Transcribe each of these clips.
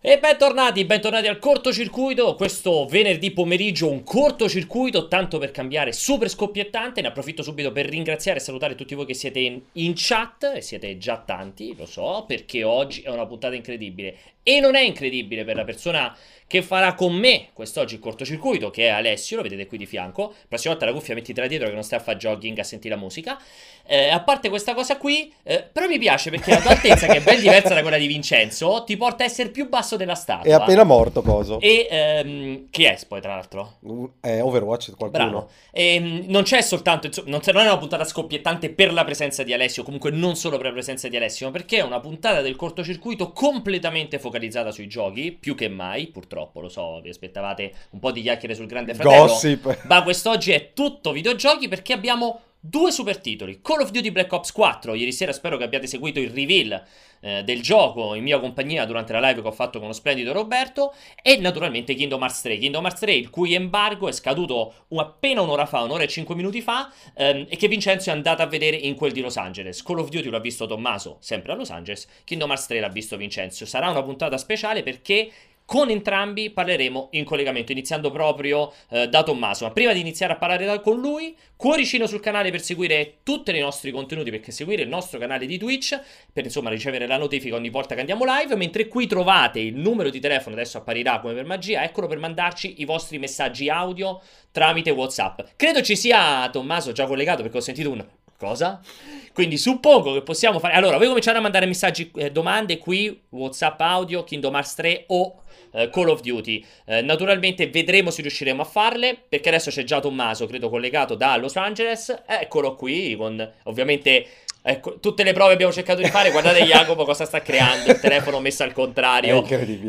E bentornati al cortocircuito. Questo venerdì pomeriggio un cortocircuito, tanto per cambiare, super scoppiettante. Ne approfitto subito per ringraziare e salutare tutti voi che siete in chat, e siete già tanti, lo so, perché oggi è una puntata incredibile. E non è incredibile per la persona che farà con me quest'oggi il cortocircuito, che è Alessio, lo vedete qui di fianco. La prossima volta la cuffia mettitela dietro che non stai a fare jogging a sentire la musica. A parte questa cosa qui, però mi piace perché la tua altezza, che è ben diversa da quella di Vincenzo, ti porta a essere più basso della È statua. appena morto, coso. E chi è poi, tra l'altro? Overwatch, qualcuno. Bravo. Non c'è soltanto, non è una puntata scoppiettante per la presenza di Alessio, comunque non solo per la presenza di Alessio, ma perché è una puntata del cortocircuito completamente focalizzata sui giochi, più che mai, purtroppo, lo so, vi aspettavate un po' di chiacchiere sul Grande Fratello. Gossip. Ma quest'oggi è tutto videogiochi perché abbiamo due super titoli. Call of Duty Black Ops 4, ieri sera spero che abbiate seguito il reveal del gioco in mia compagnia durante la live che ho fatto con lo splendido Roberto, e naturalmente Kingdom Hearts 3. Kingdom Hearts 3 il cui embargo è scaduto appena un'ora fa, un'ora e 5 minuti fa, e che Vincenzo è andato a vedere in quel di Los Angeles. Call of Duty l'ha visto Tommaso, sempre a Los Angeles. Kingdom Hearts 3 l'ha visto Vincenzo. Sarà una puntata speciale perché con entrambi parleremo in collegamento, iniziando proprio da Tommaso. Ma prima di iniziare a parlare con lui, cuoricino sul canale per seguire tutti i nostri contenuti, perché seguire il nostro canale di Twitch, per insomma ricevere la notifica ogni volta che andiamo live, mentre qui trovate il numero di telefono, adesso apparirà come per magia, eccolo per mandarci i vostri messaggi audio tramite WhatsApp. Credo ci sia Tommaso già collegato perché ho sentito un... Cosa? Quindi suppongo che possiamo fare... Allora, voi cominciate a mandare messaggi, domande qui, WhatsApp audio, Kingdom Hearts 3 o Call of Duty. Naturalmente vedremo se riusciremo a farle, perché adesso c'è già Tommaso, credo collegato da Los Angeles. Eccolo qui, con ovviamente... Ecco, tutte le prove abbiamo cercato di fare. Guardate Jacopo cosa sta creando. Il telefono messo al È contrario. incredibile.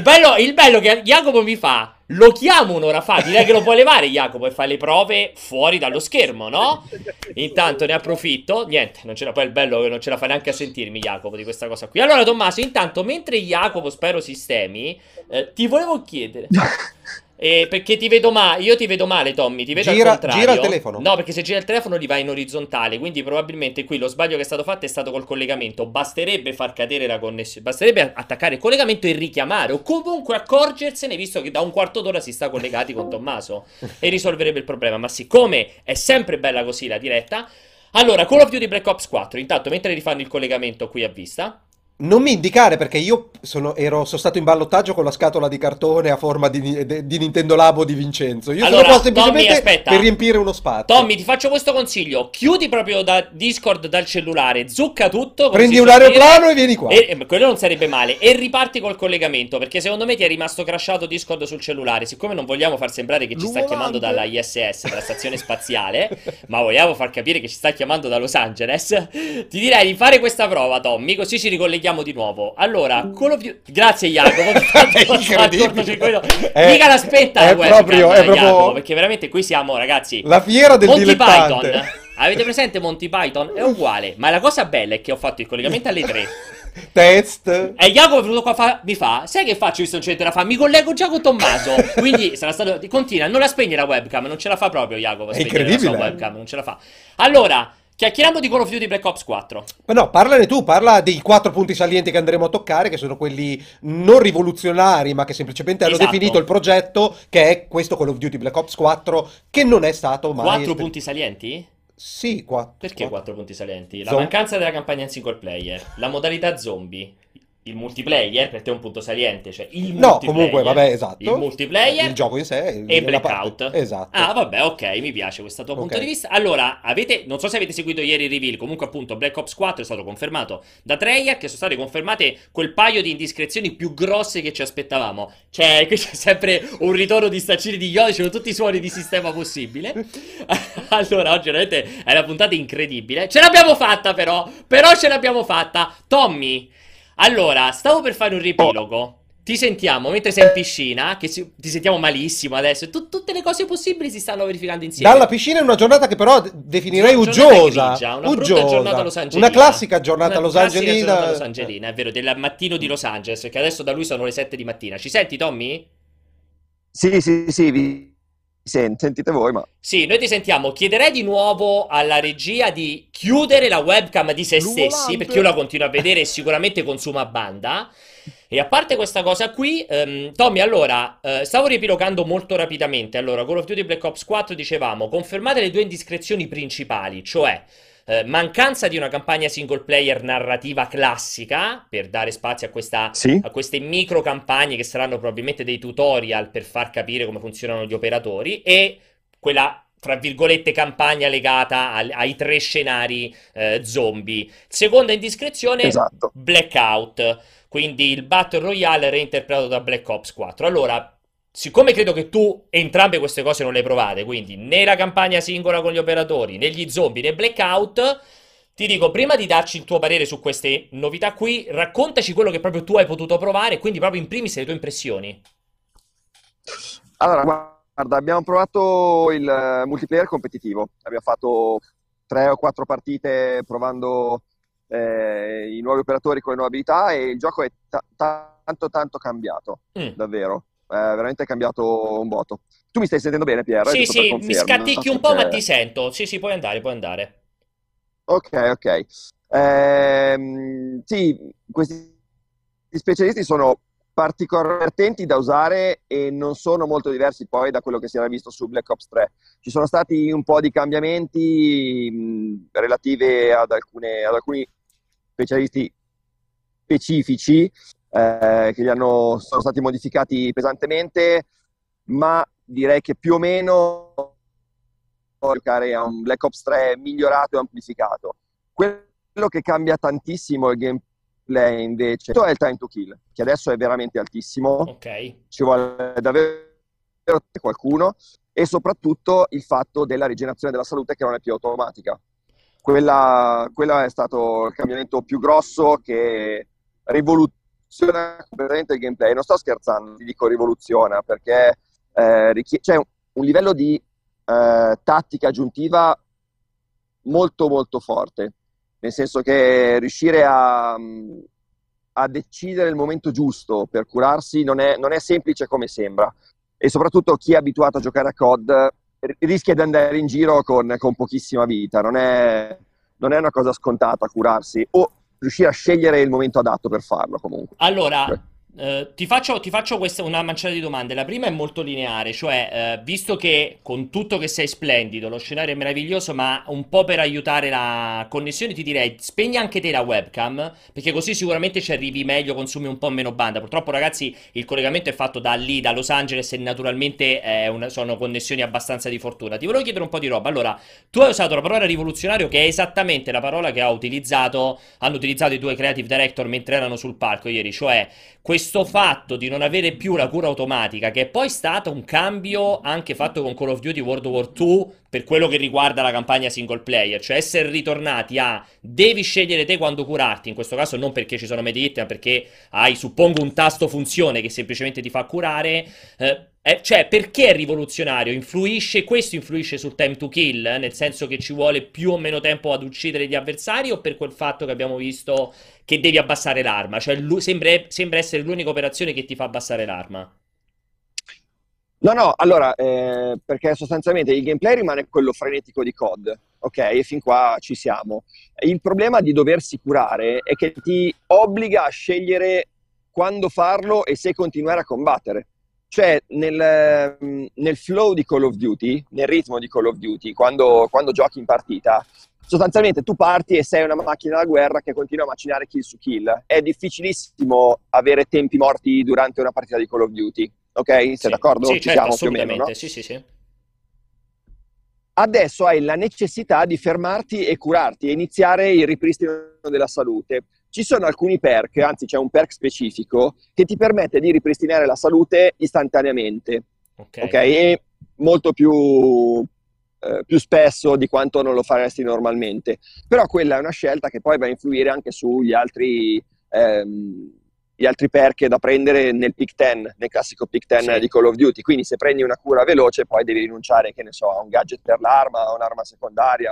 Il bello che Jacopo mi fa. Lo chiamo un'ora fa. Direi che lo può levare Jacopo e fa le prove fuori dallo schermo, no? Intanto ne approfitto. Niente, non ce la, poi il bello che non ce la fa neanche a sentirmi Jacopo di questa cosa qui. Allora Tommaso, intanto mentre Jacopo spero sistemi, ti volevo chiedere. Perché ti vedo male, io ti vedo male Tommy, ti vedo al contrario. Gira il telefono. No, perché se gira il telefono li va in orizzontale, quindi probabilmente qui lo sbaglio che è stato fatto è stato col collegamento. Basterebbe far cadere la connessione, basterebbe attaccare il collegamento e richiamare, o comunque accorgersene, visto che da un quarto d'ora si sta collegati con Tommaso, e risolverebbe il problema. Ma siccome è sempre bella così la diretta, allora Call of Duty Black Ops 4, intanto mentre rifanno il collegamento qui a vista. Non mi indicare perché io sono stato in ballottaggio con la scatola di cartone a forma di Nintendo Labo di Vincenzo. Io Allora, sono qua semplicemente Tommy, aspetta. per riempire uno spazio. Tommy, ti faccio questo consiglio: chiudi proprio da Discord dal cellulare, zucca tutto. Prendi un aeroplano e vieni qua. Quello non sarebbe male. E riparti col collegamento, perché secondo me ti è rimasto crashato Discord sul cellulare. Siccome non vogliamo far sembrare che ci sta chiamando dalla ISS, dalla stazione spaziale, ma vogliamo far capire che ci sta chiamando da Los Angeles, ti direi di fare questa prova, Tommy, così ci ricolleghiamo di nuovo. Allora, Call of Duty... Grazie Jacopo. Mica l'aspetta la webcam, Jacopo, perché veramente qui siamo, ragazzi, la fiera del Monty dilettante. Python. Avete presente Monty Python? È uguale. Ma la cosa bella è che ho fatto il collegamento alle 3. Test. E Jacopo è venuto qua, mi fa, sai che faccio, visto non ce la fa? Mi collego già con Tommaso. Quindi sarà stato, continua, non la spegne la webcam, non ce la fa proprio Jacopo. È incredibile. La sua webcam, non ce la fa. Allora, chiacchieriamo di Call of Duty Black Ops 4. Ma no, parlane tu, parla dei 4 punti salienti che andremo a toccare, che sono quelli non rivoluzionari, ma che semplicemente hanno Esatto. definito il progetto, che è questo Call of Duty Black Ops 4, che non è stato mai... 4 punti salienti? Sì, 4. Perché 4 punti salienti? La Zom- mancanza della campagna in single player, la modalità zombie, il multiplayer, per te è un punto saliente, cioè il No, multiplayer. comunque, vabbè, esatto. Il multiplayer. Il gioco in sé. E la Blackout. parte- Esatto. Ah, vabbè, ok, mi piace questo tuo punto Ok. di vista. Allora, non so se avete seguito ieri il reveal, comunque appunto Black Ops 4 è stato confermato da Treyarch, che sono state confermate quel paio di indiscrezioni più grosse che ci aspettavamo. Cioè, qui c'è sempre un ritorno di staccini di Yoda, c'erano tutti i suoni di sistema possibile. Allora, oggi veramente è una puntata incredibile. Ce l'abbiamo fatta però ce l'abbiamo fatta. Tommy, allora, stavo per fare un riepilogo. Ti sentiamo mentre sei in piscina, ti sentiamo malissimo adesso. Tutte le cose possibili si stanno verificando insieme. Dalla piscina è una giornata che però definirei Una giornata uggiosa. grigia, una brutta giornata Los Angelina. Una classica giornata Una Los classica Angelina. giornata Los Angelina, è vero, del mattino di Los Angeles, perché adesso da lui sono le 7 di mattina. Ci senti, Tommy? Sì, vi sentite voi, ma... Sì, noi ti sentiamo. Chiederei di nuovo alla regia di chiudere la webcam di se stessi, Volante. perché io la continuo a vedere e sicuramente consuma banda. E a parte questa cosa qui, Tommy, allora, stavo riepilogando molto rapidamente. Allora, Call of Duty Black Ops 4 dicevamo, confermate le due indiscrezioni principali, cioè mancanza di una campagna single player narrativa classica, per dare spazio Sì, a queste micro campagne che saranno probabilmente dei tutorial per far capire come funzionano gli operatori, e quella, fra virgolette, campagna legata ai tre scenari zombie. Seconda indiscrezione, esatto. Blackout, quindi il Battle Royale reinterpretato da Black Ops 4. Allora, siccome credo che tu entrambe queste cose non le hai provate, quindi né la campagna singola con gli operatori, né gli zombie, né Blackout, ti dico, prima di darci il tuo parere su queste novità qui, raccontaci quello che proprio tu hai potuto provare, quindi proprio in primis le tue impressioni. Allora, guarda, abbiamo provato il multiplayer competitivo. Abbiamo fatto 3 o 4 partite provando i nuovi operatori con le nuove abilità e il gioco è tanto tanto cambiato, Mm. davvero. Veramente è cambiato un botto. Tu mi stai sentendo bene, Piero? Sì, Giusto per sì, mi conferma, scatticchi un po', ma ti perché... sento. Sì, sì, puoi andare, puoi andare. Ok, ok. Sì, questi specialisti sono particolarmente attenti da usare e non sono molto diversi poi da quello che si era visto su Black Ops 3. Ci sono stati un po' di cambiamenti relative ad alcuni specialisti specifici sono stati modificati pesantemente, ma direi che più o meno giocare a un Black Ops 3 migliorato e amplificato. Quello che cambia tantissimo il gameplay invece è il time to kill, che adesso è veramente altissimo, Ok. ci vuole davvero qualcuno, e soprattutto il fatto della rigenerazione della salute che non è più automatica. Quella è stato il cambiamento più grosso che rivoluziona completamente il gameplay. Non sto scherzando, ti dico rivoluziona, perché c'è un livello di tattica aggiuntiva molto molto forte, nel senso che riuscire a decidere il momento giusto per curarsi non è semplice come sembra, e soprattutto chi è abituato a giocare a COD rischia di andare in giro con pochissima vita, non è una cosa scontata curarsi o riuscire a scegliere il momento adatto per farlo comunque. Allora, ti faccio una manciata di domande. La prima è molto lineare, cioè, visto che con tutto che sei splendido, lo scenario è meraviglioso, ma un po' per aiutare la connessione ti direi spegni anche te la webcam, perché così sicuramente ci arrivi meglio, consumi un po' meno banda. Purtroppo, ragazzi, il collegamento è fatto da lì, da Los Angeles, e naturalmente sono connessioni abbastanza di fortuna. Ti volevo chiedere un po' di roba. Allora, tu hai usato la parola rivoluzionario, che è esattamente la parola che hanno utilizzato i due creative director mentre erano sul palco ieri, cioè questo fatto di non avere più la cura automatica, che è poi stato un cambio anche fatto con Call of Duty World War 2 per quello che riguarda la campagna single player, cioè essere ritornati a devi scegliere te quando curarti, in questo caso non perché ci sono medikit, ma perché hai, suppongo, un tasto funzione che semplicemente ti fa curare. Cioè, perché è rivoluzionario? Questo influisce sul time to kill, nel senso che ci vuole più o meno tempo ad uccidere gli avversari, o per quel fatto che abbiamo visto che devi abbassare l'arma? Cioè, sembra essere l'unica operazione che ti fa abbassare l'arma. No, no, allora, perché sostanzialmente il gameplay rimane quello frenetico di COD, ok? E fin qua ci siamo. Il problema di doversi curare è che ti obbliga a scegliere quando farlo e se continuare a combattere. Cioè, nel flow di Call of Duty, nel ritmo di Call of Duty, quando giochi in partita, sostanzialmente tu parti e sei una macchina da guerra che continua a macinare kill su kill. È difficilissimo avere tempi morti durante una partita di Call of Duty. Ok? Sei Sì, d'accordo? sì, Ci certo, siamo più o meno, no? assolutamente. Sì, sì, sì. Adesso hai la necessità di fermarti e curarti e iniziare il ripristino della salute. Ci sono alcuni perk, anzi c'è un perk specifico che ti permette di ripristinare la salute istantaneamente, Ok. ok? E molto più spesso di quanto non lo faresti normalmente. Però quella è una scelta che poi va a influire anche sugli gli altri perk da prendere nel pick 10, nel classico pick 10 Sì. di Call of Duty. Quindi se prendi una cura veloce poi devi rinunciare, che ne so, a un gadget per l'arma, a un'arma secondaria,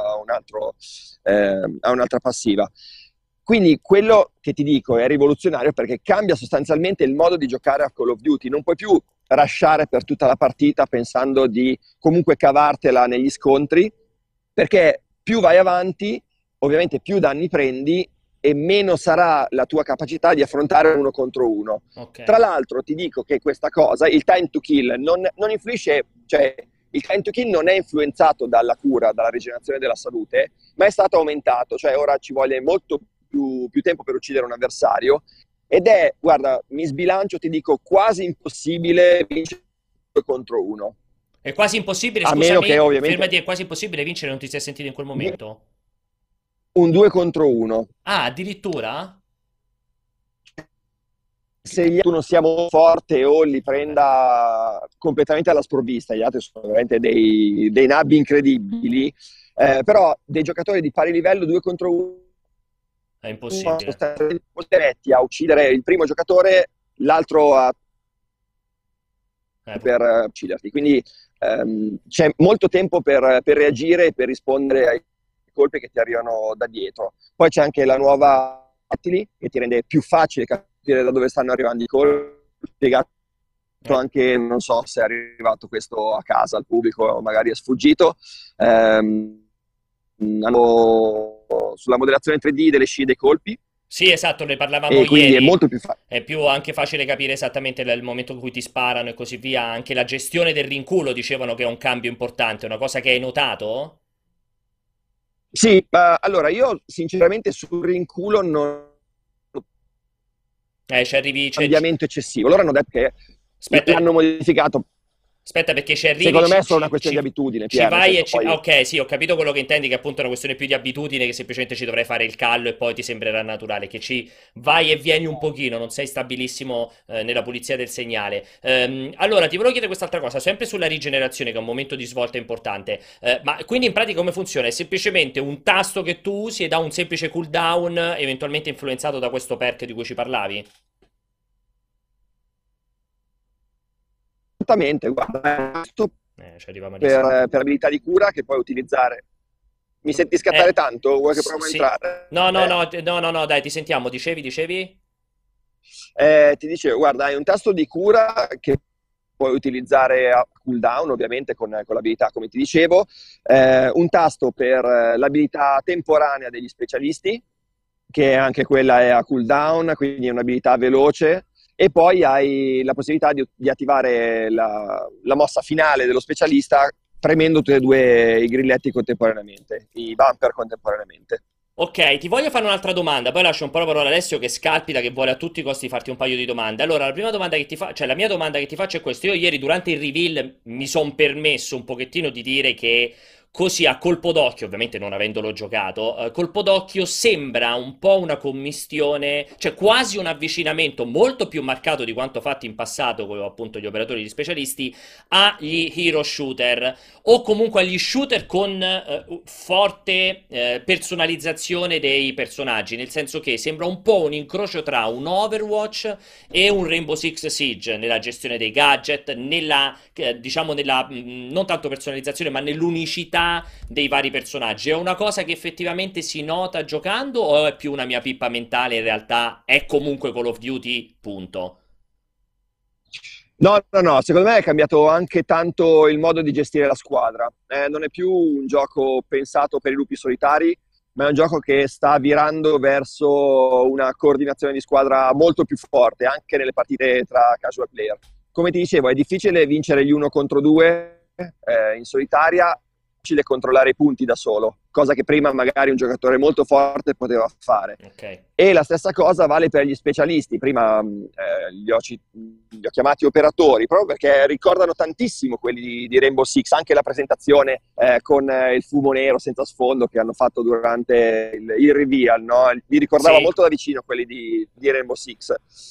a un'altra passiva. Quindi quello che ti dico è rivoluzionario perché cambia sostanzialmente il modo di giocare a Call of Duty. Non puoi più rushare per tutta la partita pensando di comunque cavartela negli scontri, perché più vai avanti, ovviamente più danni prendi e meno sarà la tua capacità di affrontare uno contro uno. Ok. Tra l'altro ti dico che questa cosa, il time to kill, non influisce, cioè il time to kill non è influenzato dalla cura, dalla rigenerazione della salute, ma è stato aumentato, cioè ora ci vuole molto più tempo per uccidere un avversario ed è, guarda, mi sbilancio, ti dico, quasi impossibile vincere contro uno. È quasi impossibile, A meno che scusami, ovviamente fermati, è quasi impossibile vincere, non ti sei sentito in quel momento? un 2 contro 1. Ah, addirittura? Se tu non sia molto forte o li Vabbè, prenda completamente alla sprovvista, gli altri sono veramente dei nabbi incredibili, però dei giocatori di pari livello 2 contro 1 è sono impossibile. stati diretti a uccidere il primo giocatore, l'altro Eh, per ucciderti. Quindi c'è molto tempo per reagire e per rispondere ai colpi che ti arrivano da dietro. Poi c'è anche la nuova Attili, che ti rende più facile capire da dove stanno arrivando i colpi. Spiegato eh, anche, non so se è arrivato questo a casa al pubblico o magari è sfuggito. Sulla moderazione 3D delle scie dei colpi Sì, esatto, ne parlavamo e quindi è ieri. molto più facile. È più anche facile capire esattamente il momento in cui ti sparano e così via. Anche la gestione del rinculo dicevano che è un cambio importante, una cosa che hai notato? Sì, allora io sinceramente sul rinculo non Ci arrivi, cambiamento eccessivo. Loro hanno detto che aspetta, l'hanno modificato. aspetta, perché ci arrivi, Secondo me è solo una questione di abitudine, ci Pier, nel vai e senso ci... ah, poi ok, sì, ho capito quello che intendi, che appunto è una questione più di abitudine, che semplicemente ci dovrai fare il callo e poi ti sembrerà naturale, che ci vai e vieni un pochino, non sei stabilissimo nella pulizia del segnale. Allora, ti volevo chiedere quest'altra cosa, sempre sulla rigenerazione, che è un momento di svolta importante. Ma quindi in pratica come funziona? È semplicemente un tasto che tu usi e dà un semplice cooldown, eventualmente influenzato da questo perk di cui ci parlavi? esattamente, guarda, è un tasto Ci arriva malissimo. per abilità di cura che puoi utilizzare. Mi senti scattare tanto? Vuoi che provo a Sì. entrare? No, no, no, no, no, no, dai, ti sentiamo. Dicevi? Ti dicevo, guarda, hai un tasto di cura che puoi utilizzare a cooldown, ovviamente con l'abilità, come ti dicevo, un tasto per l'abilità temporanea degli specialisti, che anche quella è a cooldown, quindi è un'abilità veloce, e poi hai la possibilità di attivare la mossa finale dello specialista premendo tutti e due i grilletti contemporaneamente, i bumper contemporaneamente. Ok, ti voglio fare un'altra domanda, poi lascio un po' la parola a Alessio che scalpita, che vuole a tutti i costi farti un paio di domande. Allora, la prima domanda che ti fa, cioè la mia domanda che ti faccio è questa. Io ieri durante il reveal mi sono permesso un pochettino di dire che così a colpo d'occhio, ovviamente non avendolo giocato, colpo d'occhio sembra un po' una commistione, cioè quasi un avvicinamento molto più marcato di quanto fatto in passato con appunto gli operatori di specialisti agli hero shooter o comunque agli shooter con forte personalizzazione dei personaggi, nel senso che sembra un po' un incrocio tra un Overwatch e un Rainbow Six Siege nella gestione dei gadget, nella diciamo nella non tanto personalizzazione, ma nell'unicità dei vari personaggi. È una cosa che effettivamente si nota giocando o è più una mia pippa mentale, in realtà è comunque Call of Duty, punto. No, no, no, secondo me è cambiato anche tanto il modo di gestire la squadra. Non è più un gioco pensato per i lupi solitari, ma è un gioco che sta virando verso una coordinazione di squadra molto più forte, anche nelle partite tra casual player. Come ti dicevo, è difficile vincere gli uno contro due in solitaria, è difficile controllare i punti da solo, cosa che prima magari un giocatore molto forte poteva fare. Ok. E la stessa cosa vale per gli specialisti. Prima li ho chiamati operatori proprio perché ricordano tantissimo quelli di Rainbow Six, anche la presentazione con il fumo nero senza sfondo che hanno fatto durante il reveal, no? Mi ricordava Sì. molto da vicino quelli di Rainbow Six.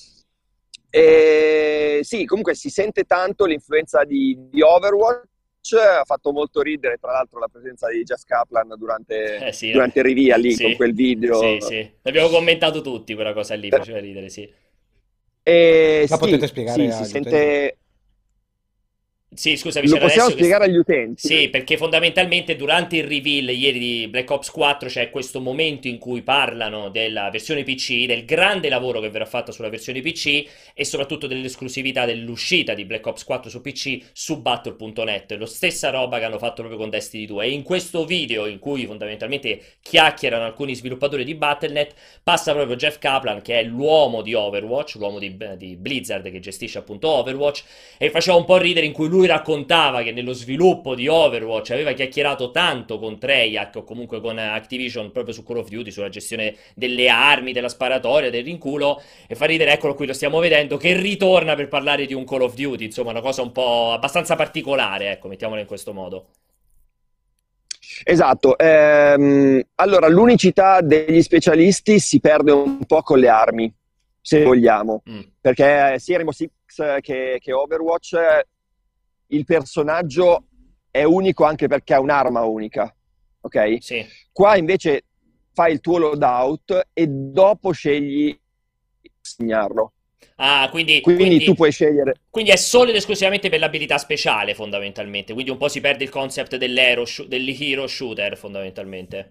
E sì, comunque si sente tanto l'influenza di Overwatch. Ha fatto molto ridere, tra l'altro, la presenza di Jeff Kaplan Sì, durante il reveal lì con sì, quel video. sì, sì. L'abbiamo commentato tutti quella cosa lì, faceva ridere, sì. E La potete sì, spiegare sì, si agli utenti? sente. Sì, scusami, Lo c'era possiamo Alessio che... spiegare agli utenti. Sì, perché fondamentalmente durante il reveal ieri di Black Ops 4 c'è questo momento in cui parlano della versione PC, del grande lavoro che verrà fatto sulla versione PC e soprattutto dell'esclusività dell'uscita di Black Ops 4 su PC su Battle.net, lo stessa roba che hanno fatto proprio con Destiny 2. E in questo video, in cui fondamentalmente chiacchierano alcuni sviluppatori di Battle.net, passa proprio Jeff Kaplan, che è l'uomo di Overwatch, l'uomo di Blizzard che gestisce appunto Overwatch, e faceva un po' ridere in cui lui raccontava che nello sviluppo di Overwatch aveva chiacchierato tanto con Treyarch o comunque con Activision proprio su Call of Duty, sulla gestione delle armi, della sparatoria, del rinculo, e fa ridere, eccolo qui, lo stiamo vedendo, che ritorna per parlare di un Call of Duty, insomma una cosa un po' abbastanza particolare, ecco, mettiamola in questo modo. Esatto, allora l'unicità degli specialisti si perde un po' con le armi, se vogliamo, perché sia Rainbow Six che Overwatch il personaggio è unico anche perché ha un'arma unica, ok? Sì. Qua invece fai il tuo loadout e dopo scegli di segnarlo. Ah, Quindi tu puoi scegliere. quindi è solo ed esclusivamente per l'abilità speciale, fondamentalmente. Quindi un po' si perde il concept dell'hero shooter, fondamentalmente.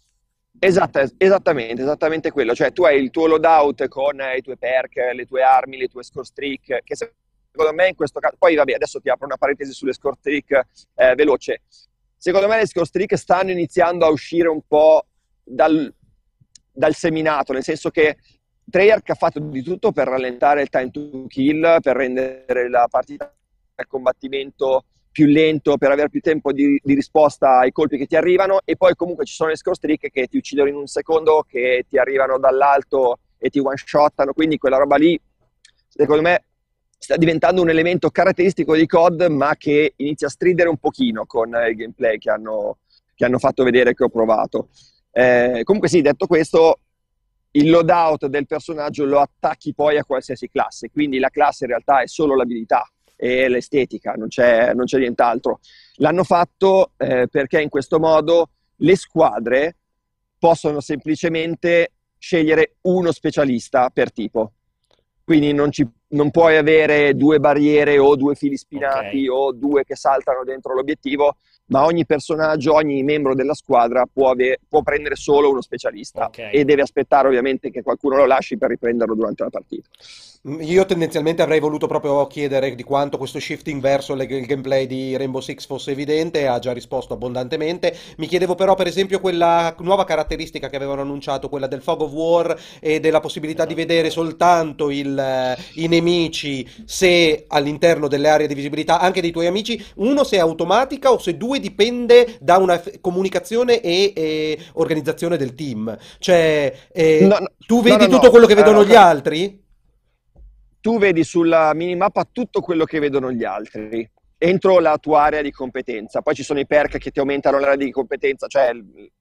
Esattamente quello, cioè tu hai il tuo loadout con i tuoi perk, le tue armi, le tue score streak, che secondo me in questo caso, poi vabbè, adesso ti apro una parentesi sulle score streak veloce. Secondo me le score streak stanno iniziando a uscire un po' dal seminato, nel senso che Treyarch ha fatto di tutto per rallentare il time to kill, per rendere la partita al combattimento più lento, per avere più tempo di risposta ai colpi che ti arrivano, e poi comunque ci sono le score streak che ti uccidono in un secondo, che ti arrivano dall'alto e ti one-shottano, quindi quella roba lì, secondo me, sta diventando un elemento caratteristico di COD, ma che inizia a stridere un pochino con il gameplay che hanno fatto vedere, che ho provato. Comunque sì, detto questo, il loadout del personaggio lo attacchi poi a qualsiasi classe, quindi la classe in realtà è solo l'abilità e l'estetica, non c'è nient'altro. L'hanno fatto perché in questo modo le squadre possono semplicemente scegliere uno specialista per tipo. Quindi non puoi avere due barriere o due fili spinati o due che saltano dentro l'obiettivo, ma ogni personaggio, ogni membro della squadra può prendere solo uno specialista e deve aspettare ovviamente che qualcuno lo lasci per riprenderlo durante la partita. Io tendenzialmente avrei voluto proprio chiedere di quanto questo shifting verso il gameplay di Rainbow Six fosse evidente, ha già risposto abbondantemente. Mi chiedevo però per esempio quella nuova caratteristica che avevano annunciato, quella del Fog of War e della possibilità di vedere soltanto i nemici se all'interno delle aree di visibilità anche dei tuoi amici, uno se è automatica o se due dipende da una comunicazione e organizzazione del team. Cioè, tu vedi tutto quello che vedono gli altri? Tu vedi sulla minimappa tutto quello che vedono gli altri entro la tua area di competenza. Poi ci sono i perk che ti aumentano l'area di competenza, cioè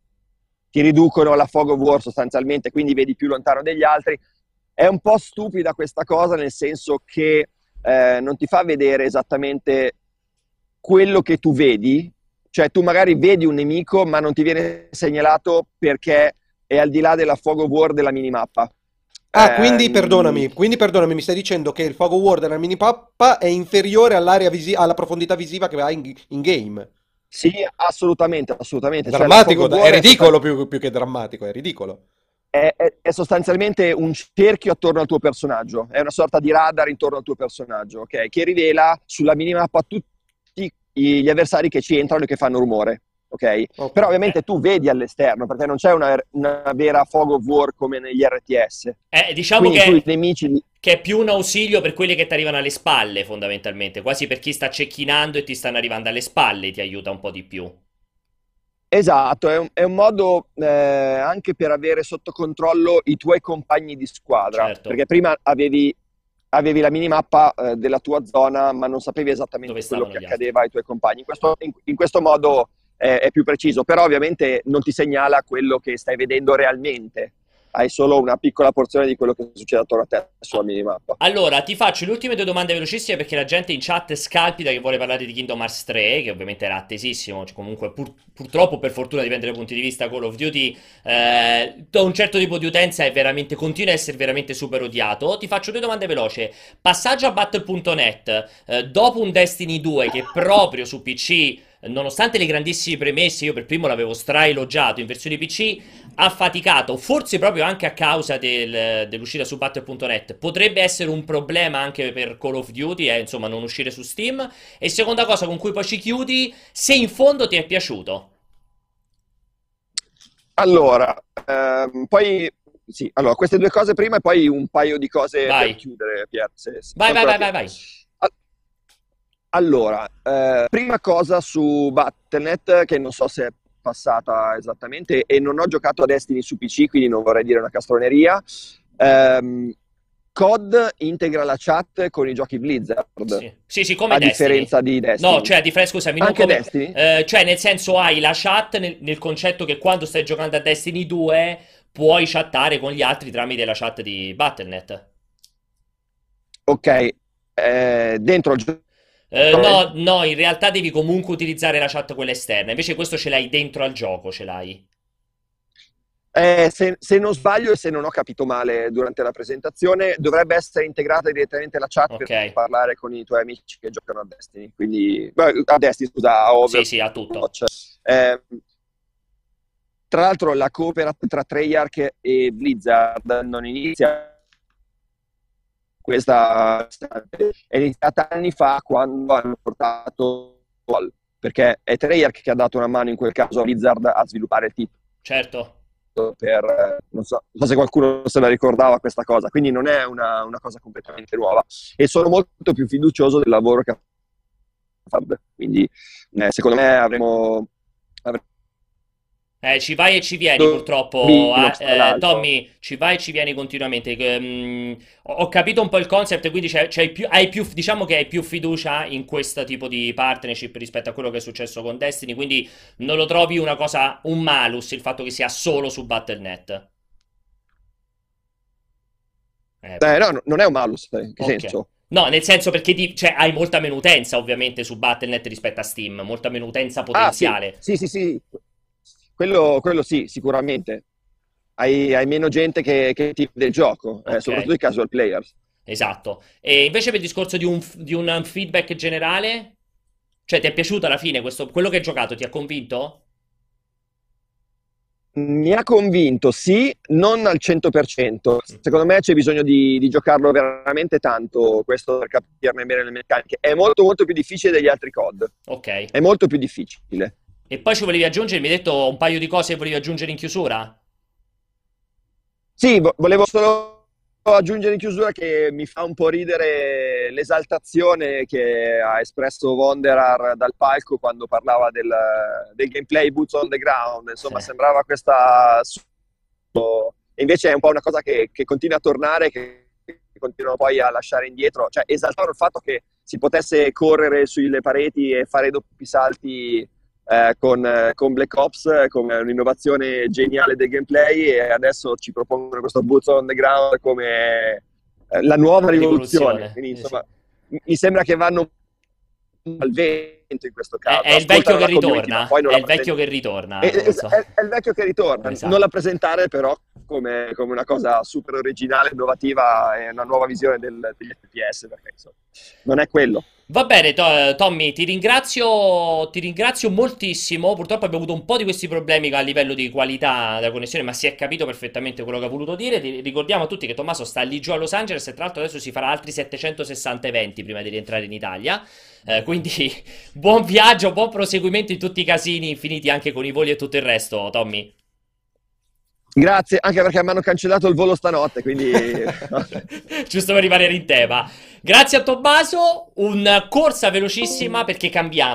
ti riducono la fog of war sostanzialmente, quindi vedi più lontano degli altri. È un po' stupida questa cosa, nel senso che non ti fa vedere esattamente quello che tu vedi, cioè tu magari vedi un nemico ma non ti viene segnalato perché è al di là della fog of war della minimappa. Ah, quindi perdonami, mi stai dicendo che il Fog of War della minimappa è inferiore all'area alla profondità visiva che ha in game? Sì, assolutamente. Drammatico, è ridicolo più che drammatico, è ridicolo. È sostanzialmente un cerchio attorno al tuo personaggio, è una sorta di radar intorno al tuo personaggio, okay? Che rivela sulla minimappa tutti gli avversari che ci entrano e che fanno rumore. Okay? Però ovviamente tu vedi all'esterno, perché non c'è una vera fog of war come negli RTS. Diciamo che, nemici... che è più un ausilio per quelli che ti arrivano alle spalle, fondamentalmente, quasi per chi sta cecchinando e ti stanno arrivando alle spalle, ti aiuta un po' di più. Esatto, è un modo anche per avere sotto controllo i tuoi compagni di squadra, certo. Perché prima avevi la minimappa della tua zona, ma non sapevi esattamente quello che accadeva ai tuoi compagni. In questo modo è più preciso, però ovviamente non ti segnala quello che stai vedendo realmente hai solo una piccola porzione di quello che succede attorno a te sulla minimappa. Allora, ti faccio le ultime due domande velocissime perché la gente in chat scalpita che vuole parlare di Kingdom Hearts 3, che ovviamente era attesissimo, cioè comunque purtroppo per fortuna dipende dai punti di vista Call of Duty, da un certo tipo di utenza continua a essere veramente super odiato. Ti faccio due domande veloci. Passaggio a Battle.net, dopo un Destiny 2 che proprio su PC, nonostante le grandissime premesse, io per primo l'avevo straelogiato in versione PC, ha faticato, forse proprio anche a causa dell'uscita su Battle.net. Potrebbe essere un problema anche per Call of Duty, insomma, non uscire su Steam. E seconda cosa con cui poi ci chiudi, se in fondo ti è piaciuto. Allora, poi sì, allora, queste due cose prima e poi un paio di cose Vai. per chiudere, Pier. Vai. Allora, prima cosa su Battle.net, che non so se è passata esattamente, e non ho giocato a Destiny su PC, quindi non vorrei dire una castroneria. COD integra la chat con i giochi Blizzard, Sì, come a Destiny. differenza di Destiny. No, cioè, scusami, non Anche come Destiny? cioè, nel senso hai la chat nel concetto che quando stai giocando a Destiny 2 puoi chattare con gli altri tramite la chat di Battle.net. Ok, dentro il gioco. No, in realtà devi comunque utilizzare la chat quella esterna. Invece questo ce l'hai dentro al gioco, ce l'hai. Se non sbaglio e se non ho capito male durante la presentazione, dovrebbe essere integrata direttamente la chat per Ok. parlare con i tuoi amici che giocano a Destiny. Quindi, a Destiny, scusa, a Sì, a tutto. Overwatch. Tra l'altro, la cooperazione tra Treyarch e Blizzard non inizia. Questa è iniziata anni fa quando hanno portato LoL, perché è Treyarch che ha dato una mano in quel caso a Blizzard a sviluppare il titolo. Certo. Non so se qualcuno se la ricordava questa cosa, quindi non è una cosa completamente nuova e sono molto più fiducioso del lavoro che ha fatto. Quindi secondo me avremo Ci vai e ci vieni purtroppo, Tommy, ci vai e ci vieni continuamente. Ho capito un po' il concept, quindi diciamo che hai più fiducia in questo tipo di partnership rispetto a quello che è successo con Destiny, quindi non lo trovi un malus il fatto che sia solo su Battle.net. no, non è un malus, in che Ok. senso? No, nel senso perché hai molta meno utenza ovviamente su Battle.net rispetto a Steam, molta meno utenza potenziale. Sì. Quello sì, sicuramente. Hai meno gente che ti vede il gioco, Ok. soprattutto i casual players. Esatto. E invece per il discorso di un feedback generale, cioè ti è piaciuto alla fine quello che hai giocato, ti ha convinto? Mi ha convinto, sì, non al 100%. Secondo me c'è bisogno di giocarlo veramente tanto, questo per capirne bene le meccaniche. È molto molto più difficile degli altri COD. Ok. È molto più difficile. E poi ci volevi aggiungere, mi hai detto un paio di cose che volevi aggiungere in chiusura? Sì, volevo solo aggiungere in chiusura che mi fa un po' ridere l'esaltazione che ha espresso Wonderar dal palco quando parlava del gameplay boots on the ground. Insomma, sembrava questa... E invece è un po' una cosa che continua a tornare, che continuano poi a lasciare indietro. Cioè, esaltavano il fatto che si potesse correre sulle pareti e fare doppi salti con Black Ops, come un'innovazione geniale del gameplay, e adesso ci propongono questo boots on the ground come la nuova rivoluzione. Quindi insomma mi sembra che vanno al vento in questo caso. È il vecchio che ritorna. È il vecchio che ritorna. È il vecchio che ritorna. Esatto. Non la presentare però come una cosa super originale, innovativa e una nuova visione degli FPS, perché insomma, non è quello. Va bene, Tommy, ti ringrazio moltissimo. Purtroppo abbiamo avuto un po' di questi problemi a livello di qualità della connessione, ma si è capito perfettamente quello che ha voluto dire. Ricordiamo a tutti che Tommaso sta lì giù a Los Angeles e tra l'altro adesso si farà altri 760 eventi prima di rientrare in Italia. Quindi buon viaggio, buon proseguimento in tutti i casini infiniti, anche con i voli e tutto il resto, Tommy. Grazie, anche perché mi hanno cancellato il volo stanotte, quindi... Giusto per rimanere in tema. Grazie a Tommaso, una corsa velocissima perché cambiamo.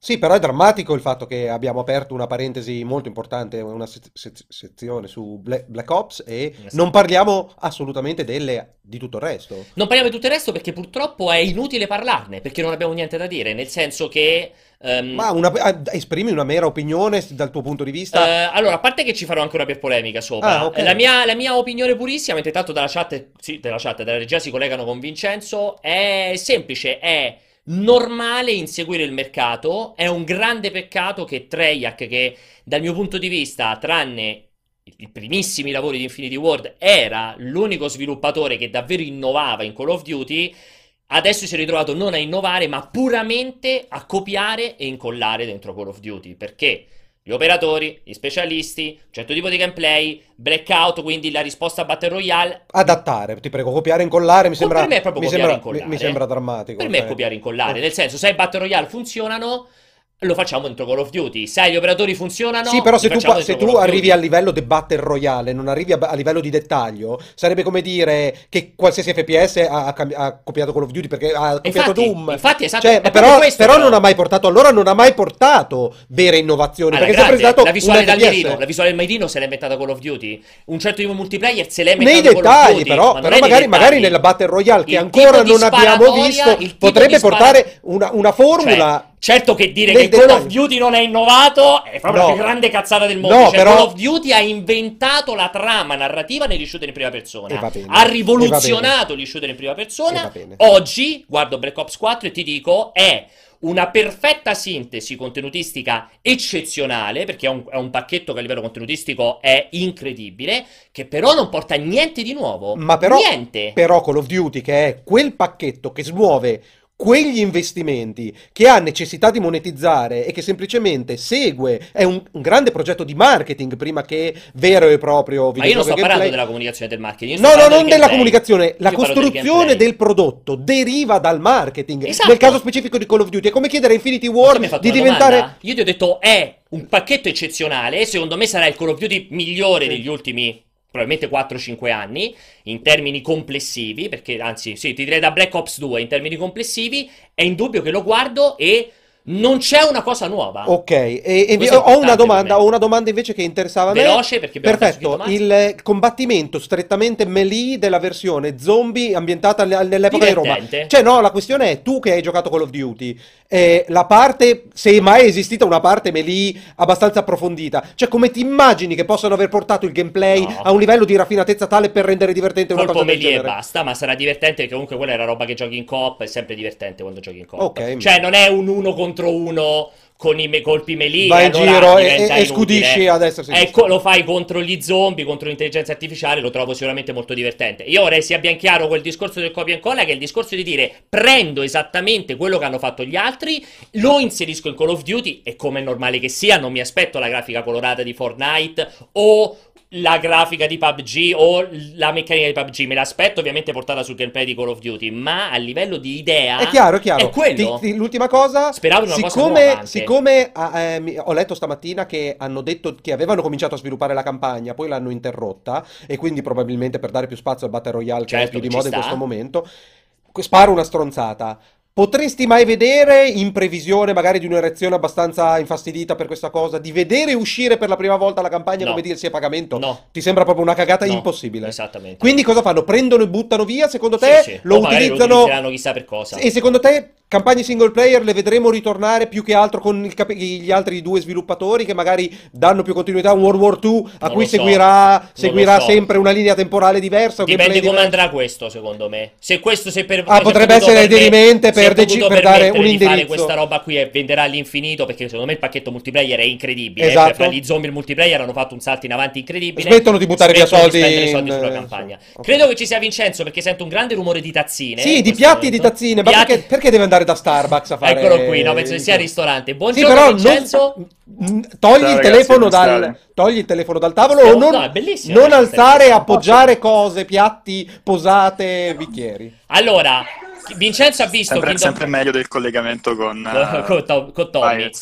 Sì, però è drammatico il fatto che abbiamo aperto una parentesi molto importante, una sezione su Black Ops e non Esatto. parliamo assolutamente di tutto il resto. Non parliamo di tutto il resto perché purtroppo è inutile parlarne, perché non abbiamo niente da dire, nel senso che... Ma esprimi una mera opinione dal tuo punto di vista? allora, a parte che ci farò anche una per polemica Ah, sopra, ok. la mia opinione purissima, mentre tanto dalla chat, sì, dalla regia si collegano con Vincenzo, è semplice, è normale inseguire il mercato, è un grande peccato che Treyarch, che dal mio punto di vista, tranne i primissimi lavori di Infinity Ward, era l'unico sviluppatore che davvero innovava in Call of Duty, adesso si è ritrovato non a innovare, ma puramente a copiare e incollare dentro Call of Duty. Perché gli operatori, gli specialisti, un certo tipo di gameplay, Blackout, quindi la risposta a Battle Royale. Adattare, ti prego, copiare e incollare Per me è proprio copiare e mi incollare. sembra drammatico. Per me è Cioè. copiare e incollare. Ah. Nel senso, se i Battle Royale funzionano, lo facciamo dentro Call of Duty. Se gli operatori Sì, funzionano, però li se tu, facciamo se dentro tu Call of arrivi Duty. a livello di Battle Royale, non arrivi a livello di dettaglio, sarebbe come dire che qualsiasi FPS ha copiato Call of Duty perché ha copiato Doom. Infatti, esatto, Cioè, è proprio però, questo, però però. non ha mai portato vere innovazioni, Alla perché è sempre grande, stato la visuale un dal FPS. mirino, la visuale del mirino se l'è inventata Call of Duty. Un certo tipo di multiplayer se l'è Nei inventato Call of dettagli, Duty, però, ma non però è nei magari dettagli. nella Battle Royale che Il ancora tipo di non abbiamo sparatoria, visto, il tipo potrebbe di portare una formula. Cioè, certo che dire nel che Call of dettaglio. Duty non è innovato è proprio la No. più grande cazzata del mondo. No, Cioè, però- Call of Duty ha inventato la trama narrativa negli shooter in prima persona. E va bene, Ha e rivoluzionato gli shooter in prima E va persona. bene. Oggi, guardo Black Ops 4 e ti dico, è una perfetta sintesi contenutistica eccezionale, perché è un pacchetto che a livello contenutistico è incredibile, che però non porta niente di nuovo. Ma però, Niente. però Call of Duty, che è quel pacchetto che smuove quegli investimenti, che ha necessità di monetizzare e che semplicemente segue, è un grande progetto di marketing prima che vero e proprio Ma io non videogioco sto e parlando gameplay. della comunicazione del marketing. Io No, sto no, parlando non del della gameplay. comunicazione, la Io parlo del costruzione gameplay. del prodotto deriva dal marketing. Esatto. Nel caso specifico di Call of Duty è come chiedere a Infinity Ma tu War mi hai fatto di una diventare... domanda? Io ti ho detto è un pacchetto eccezionale e secondo me sarà il Call of Duty migliore Sì. degli ultimi probabilmente 4-5 anni in termini complessivi, perché anzi sì, ti direi da Black Ops 2 in termini complessivi, è indubbio che lo guardo e non c'è una cosa nuova. Ok, e Questo è ho una importante per me. ho una domanda invece che interessava a me. Veloce, perché abbiamo perso Perfetto, subito Max. il combattimento strettamente melee della versione zombie ambientata nell'epoca di Roma. Divertente. Cioè no, la questione è tu che hai giocato Call of Duty, la parte, se è mai esistita una parte melee abbastanza approfondita, cioè come ti immagini che possano aver portato il gameplay No. a un livello di raffinatezza tale per rendere divertente una Colpo cosa del melee e genere? basta, ma sarà divertente perché comunque quella era roba che giochi in coop, è sempre divertente quando giochi in coop. Ok. Cioè non è un uno contro uno con i colpi melee Vai e in allora giro diventa e inutile. scudisci a destra e a sinistra. Ecco, lo fai contro gli zombie, contro l'intelligenza artificiale, lo trovo sicuramente molto divertente. Io vorrei sia ben chiaro quel discorso del copia e incolla, che è il discorso di dire prendo esattamente quello che hanno fatto gli altri, lo inserisco in Call of Duty e come è normale che sia, non mi aspetto la grafica colorata di Fortnite o la grafica di PUBG o la meccanica di PUBG, me l'aspetto ovviamente portata sul gameplay di Call of Duty, ma a livello di idea È chiaro, è chiaro. è quello. L'ultima cosa, Speravo in una cosa nuova anche. siccome ho letto stamattina che hanno detto che avevano cominciato a sviluppare la campagna, poi l'hanno interrotta, e quindi probabilmente per dare più spazio al Battle Royale che è Certo più di che ci moda in sta. questo momento, sparo una stronzata. Potresti mai vedere, in previsione magari di un'erezione abbastanza infastidita per questa cosa, di vedere uscire per la prima volta la campagna No. come DLC a pagamento? No. Ti sembra proprio una cagata No, impossibile? esattamente. Quindi cosa fanno? Prendono e buttano via? Secondo Sì, te sì. lo O magari utilizzano... utilizzeranno chissà per cosa. E secondo te campagne single player le vedremo ritornare più che altro con gli altri due sviluppatori che magari danno più continuità a un World War II a Non cui lo so. seguirà Non lo so. sempre una linea temporale diversa? un Dipende gameplay come diverso? andrà questo, secondo me. Se questo se per Ah, se potrebbe potuto essere permet- dirimente se per potuto per dare permettere un di fare indirizzo. questa roba qui e venderà all'infinito, perché secondo me il pacchetto multiplayer è incredibile. Esatto. Fra gli zombie e il multiplayer hanno fatto un salto in avanti incredibile. Smettono di buttare via Smettono di soldi spendere soldi in- sulla campagna. sì, ok. Credo che ci sia Vincenzo, perché sento un grande rumore di tazzine. Sì, in di questo piatti e di momento. tazzine, ma Piatti- perché deve andare da Starbucks a fare... Eccolo qui, no, penso che sia al ristorante. Sì, Buongiorno però Vincenzo. togli Ciao, il ragazzi, telefono come state? togli il telefono dal tavolo Stiamo- o non, no, è bellissimo, non questa alzare e cosa. appoggiare cose, piatti, posate, bicchieri. Allora, Vincenzo ha visto Sempre, Kingdom... sempre meglio del collegamento con con Tommy. Pirates.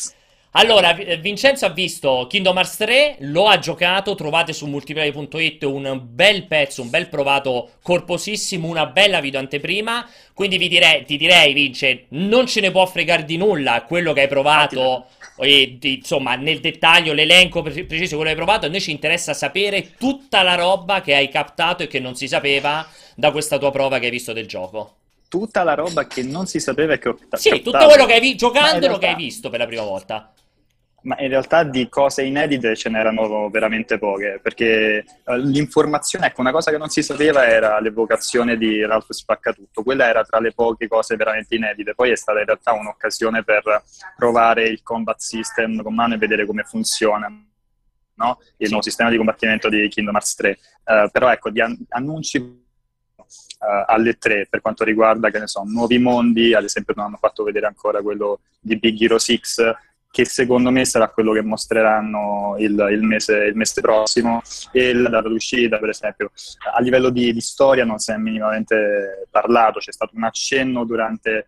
Allora, Vincenzo ha visto Kingdom Hearts 3, lo ha giocato, trovate su multiplayer.it un bel pezzo, un bel provato corposissimo, una bella video anteprima, quindi ti direi, Vince, non ce ne può fregare di nulla quello che hai provato, e, insomma, nel dettaglio, l'elenco preciso quello che hai provato, a noi ci interessa sapere tutta la roba che hai captato e che non si sapeva da questa tua prova che hai visto del gioco. Tutta la roba che non si sapeva che ho Sì, tutto captato. quello che hai Ma in giocandolo che hai realtà, visto per la prima volta. ma in realtà di cose inedite ce n'erano veramente poche, perché l'informazione, ecco, una cosa che non si sapeva era l'evocazione di Ralph Spaccatutto, quella era tra le poche cose veramente inedite, poi è stata in realtà un'occasione per provare il combat system con mano e vedere come funziona, no? Il nuovo sistema di combattimento di Kingdom Hearts 3. Però ecco, di annunci alle 3 per quanto riguarda, che ne so, nuovi mondi, ad esempio non hanno fatto vedere ancora quello di Big Hero 6, che secondo me sarà quello che mostreranno il mese prossimo, e la data d'uscita, per esempio. A livello di storia non se ne è minimamente parlato, c'è stato un accenno durante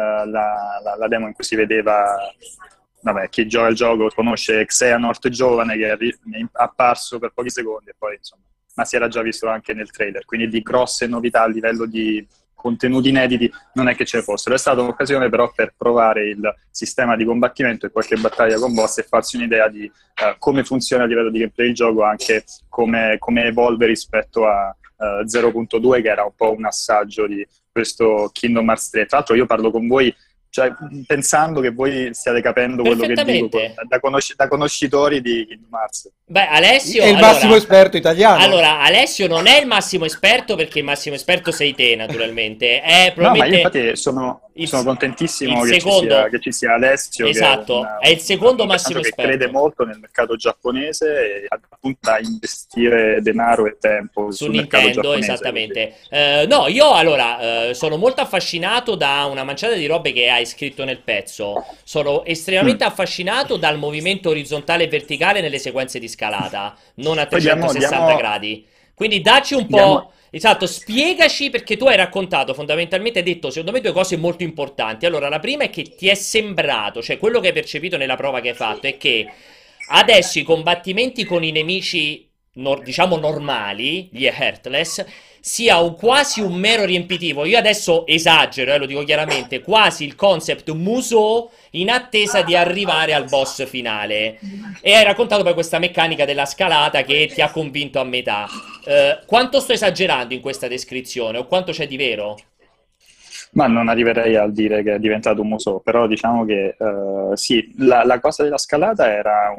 la demo in cui si vedeva, vabbè, chi gioca il gioco conosce Xehanort giovane che è apparso per pochi secondi e poi insomma, ma si era già visto anche nel trailer, quindi di grosse novità a livello di contenuti inediti non è che ce ne fossero. È stata un'occasione però per provare il sistema di combattimento e qualche battaglia con boss e farsi un'idea di come funziona a livello di gameplay il gioco, anche come evolve rispetto a 0.2, che era un po' un assaggio di questo Kingdom Hearts 3. Tra l'altro io parlo con voi, cioè, pensando che voi stiate capendo quello che dico da conoscitori di Kingdom Hearts. Beh, Alessio è il massimo esperto italiano. Allora, Alessio non è il massimo esperto, perché il massimo esperto sei te, naturalmente. È No, ma io probabilmente infatti sono contentissimo secondo, che ci sia Alessio, esatto, che è il secondo un massimo che esperto. crede molto nel mercato giapponese e appunto a investire denaro e tempo su sul mercato Nintendo, giapponese. esattamente. No, io allora sono molto affascinato da una manciata di robe che hai scritto nel pezzo. Sono estremamente affascinato dal movimento orizzontale e verticale nelle sequenze di scalata, non a Poi 360 gradi. Quindi dacci un po'. Esatto, spiegaci, perché tu hai raccontato, fondamentalmente hai detto secondo me due cose molto importanti. Allora, la prima è che ti è sembrato, cioè quello che hai percepito nella prova che hai fatto è che adesso i combattimenti con i nemici diciamo normali, gli Heartless, sia quasi un mero riempitivo. Io adesso esagero, lo dico chiaramente, quasi il concept Musou in attesa di arrivare al boss finale. E hai raccontato poi questa meccanica della scalata che ti ha convinto a metà. Quanto sto esagerando in questa descrizione o quanto c'è di vero? Ma non arriverei a dire che è diventato un museo, però diciamo che sì, la cosa della scalata era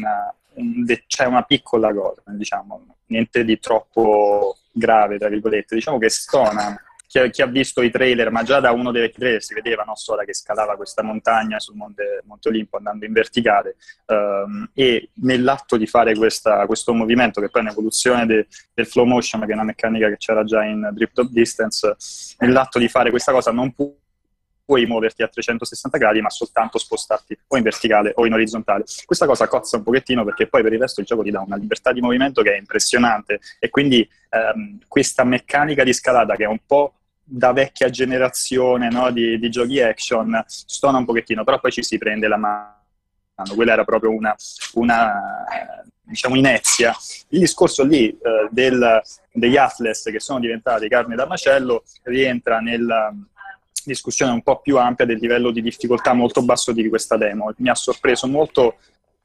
cioè una piccola cosa, diciamo, niente di troppo grave, tra virgolette. Diciamo che stona chi ha visto i trailer, ma già da uno dei vecchi trailer si vedeva, no, Sora che scalava questa montagna sul Monte Olimpo andando in verticale, e nell'atto di fare questo movimento, che poi è un'evoluzione del flow motion, che è una meccanica che c'era già in Drift of Distance, nell'atto di fare questa cosa non puoi muoverti a 360 gradi, ma soltanto spostarti o in verticale o in orizzontale. Questa cosa cozza un pochettino, perché poi per il resto il gioco ti dà una libertà di movimento che è impressionante, e quindi questa meccanica di scalata, che è un po' da vecchia generazione, no, di giochi action, stona un pochettino, però poi ci si prende la mano. Quella era proprio una diciamo inezia. Il discorso lì degli Atlas che sono diventati carne da macello rientra nella discussione un po' più ampia del livello di difficoltà molto basso di questa demo. Mi ha sorpreso molto